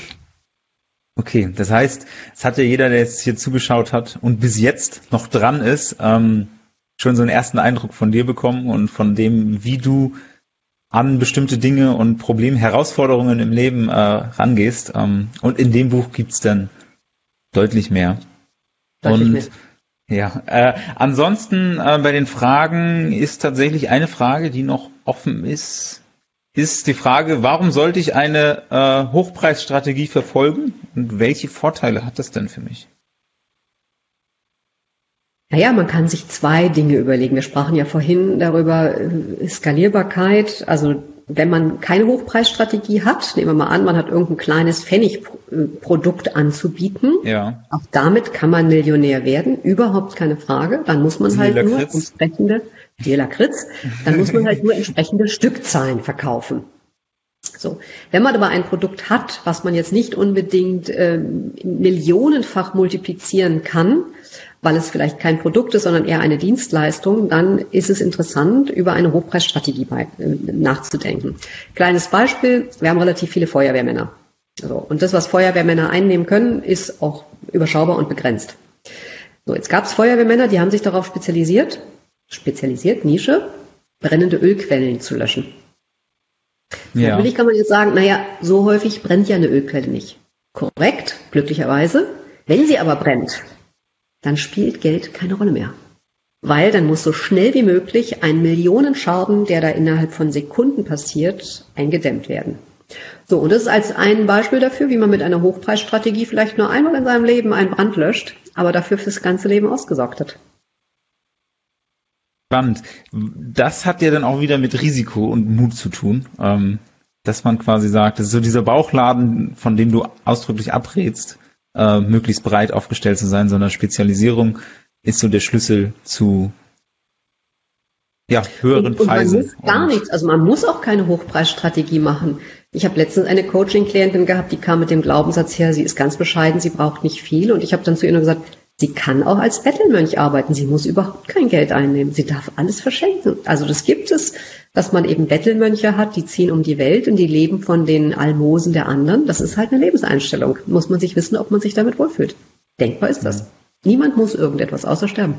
Okay, das heißt, es hat ja jeder, der jetzt hier zugeschaut hat und bis jetzt noch dran ist, ähm, schon so einen ersten Eindruck von dir bekommen und von dem, wie du an bestimmte Dinge und Probleme, Herausforderungen im Leben äh, rangehst. Ähm, und in dem Buch gibt's dann deutlich mehr. Deutlich und mehr. Ja, äh, ansonsten äh, bei den Fragen ist tatsächlich eine Frage, die noch offen ist. Ist die Frage, warum sollte ich eine äh, Hochpreisstrategie verfolgen und welche Vorteile hat das denn für mich? Naja, man kann sich zwei Dinge überlegen. Wir sprachen ja vorhin darüber, äh, Skalierbarkeit. Also wenn man keine Hochpreisstrategie hat, nehmen wir mal an, man hat irgendein kleines Pfennigprodukt anzubieten. Ja. Auch damit kann man Millionär werden, überhaupt keine Frage. Dann muss man halt nur entsprechende, die Lakritz, dann muss man halt nur entsprechende Stückzahlen verkaufen. So, wenn man aber ein Produkt hat, was man jetzt nicht unbedingt ähm, millionenfach multiplizieren kann, weil es vielleicht kein Produkt ist, sondern eher eine Dienstleistung, dann ist es interessant, über eine Hochpreisstrategie bei, äh, nachzudenken. Kleines Beispiel, wir haben relativ viele Feuerwehrmänner. So, und das, was Feuerwehrmänner einnehmen können, ist auch überschaubar und begrenzt. So, jetzt gab es Feuerwehrmänner, die haben sich darauf spezialisiert, spezialisiert, Nische, brennende Ölquellen zu löschen. Ja. Natürlich kann man jetzt sagen, naja, so häufig brennt ja eine Ölquelle nicht. Korrekt, glücklicherweise. Wenn sie aber brennt, dann spielt Geld keine Rolle mehr. Weil dann muss so schnell wie möglich ein Millionenschaden, der da innerhalb von Sekunden passiert, eingedämmt werden. So, und das ist als ein Beispiel dafür, wie man mit einer Hochpreisstrategie vielleicht nur einmal in seinem Leben einen Brand löscht, aber dafür fürs ganze Leben ausgesorgt hat. Spannend. Das hat ja dann auch wieder mit Risiko und Mut zu tun, ähm, dass man quasi sagt, das ist so dieser Bauchladen, von dem du ausdrücklich abrätst, äh, möglichst breit aufgestellt zu sein, sondern Spezialisierung ist so der Schlüssel zu ja, höheren und, und Preisen. Man muss gar nichts, also man muss auch keine Hochpreisstrategie machen. Ich habe letztens eine Coaching-Klientin gehabt, die kam mit dem Glaubenssatz her, sie ist ganz bescheiden, sie braucht nicht viel, und ich habe dann zu ihr nur gesagt, sie kann auch als Bettelmönch arbeiten. Sie muss überhaupt kein Geld einnehmen. Sie darf alles verschenken. Also das gibt es, dass man eben Bettelmönche hat, die ziehen um die Welt und die leben von den Almosen der anderen. Das ist halt eine Lebenseinstellung. Muss man sich wissen, ob man sich damit wohlfühlt. Denkbar ist das. Mhm. Niemand muss irgendetwas außer sterben.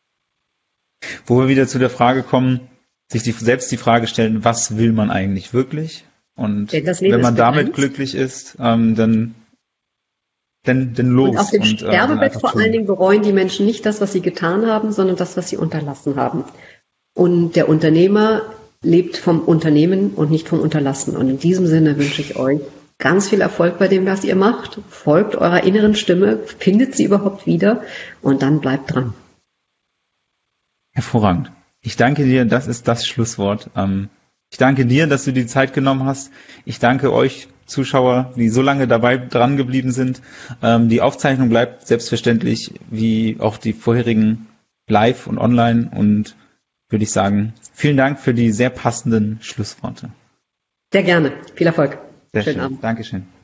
Wo wir wieder zu der Frage kommen, sich die, selbst die Frage stellen, was will man eigentlich wirklich? Und wenn man damit glücklich ist, ähm, dann Denn, denn los. Und auf dem und, Sterbebett äh, vor allen Dingen bereuen die Menschen nicht das, was sie getan haben, sondern das, was sie unterlassen haben. Und der Unternehmer lebt vom Unternehmen und nicht vom Unterlassen. Und in diesem Sinne wünsche ich euch ganz viel Erfolg bei dem, was ihr macht. Folgt eurer inneren Stimme, findet sie überhaupt wieder und dann bleibt dran. Hervorragend. Ich danke dir, das ist das Schlusswort. Ich danke dir, dass du die Zeit genommen hast. Ich danke euch Zuschauer, die so lange dabei dran geblieben sind. Ähm, die Aufzeichnung bleibt selbstverständlich, wie auch die vorherigen live und online, und würde ich sagen, vielen Dank für die sehr passenden Schlussworte. Sehr gerne. Viel Erfolg. Sehr schön. Abend. Dankeschön.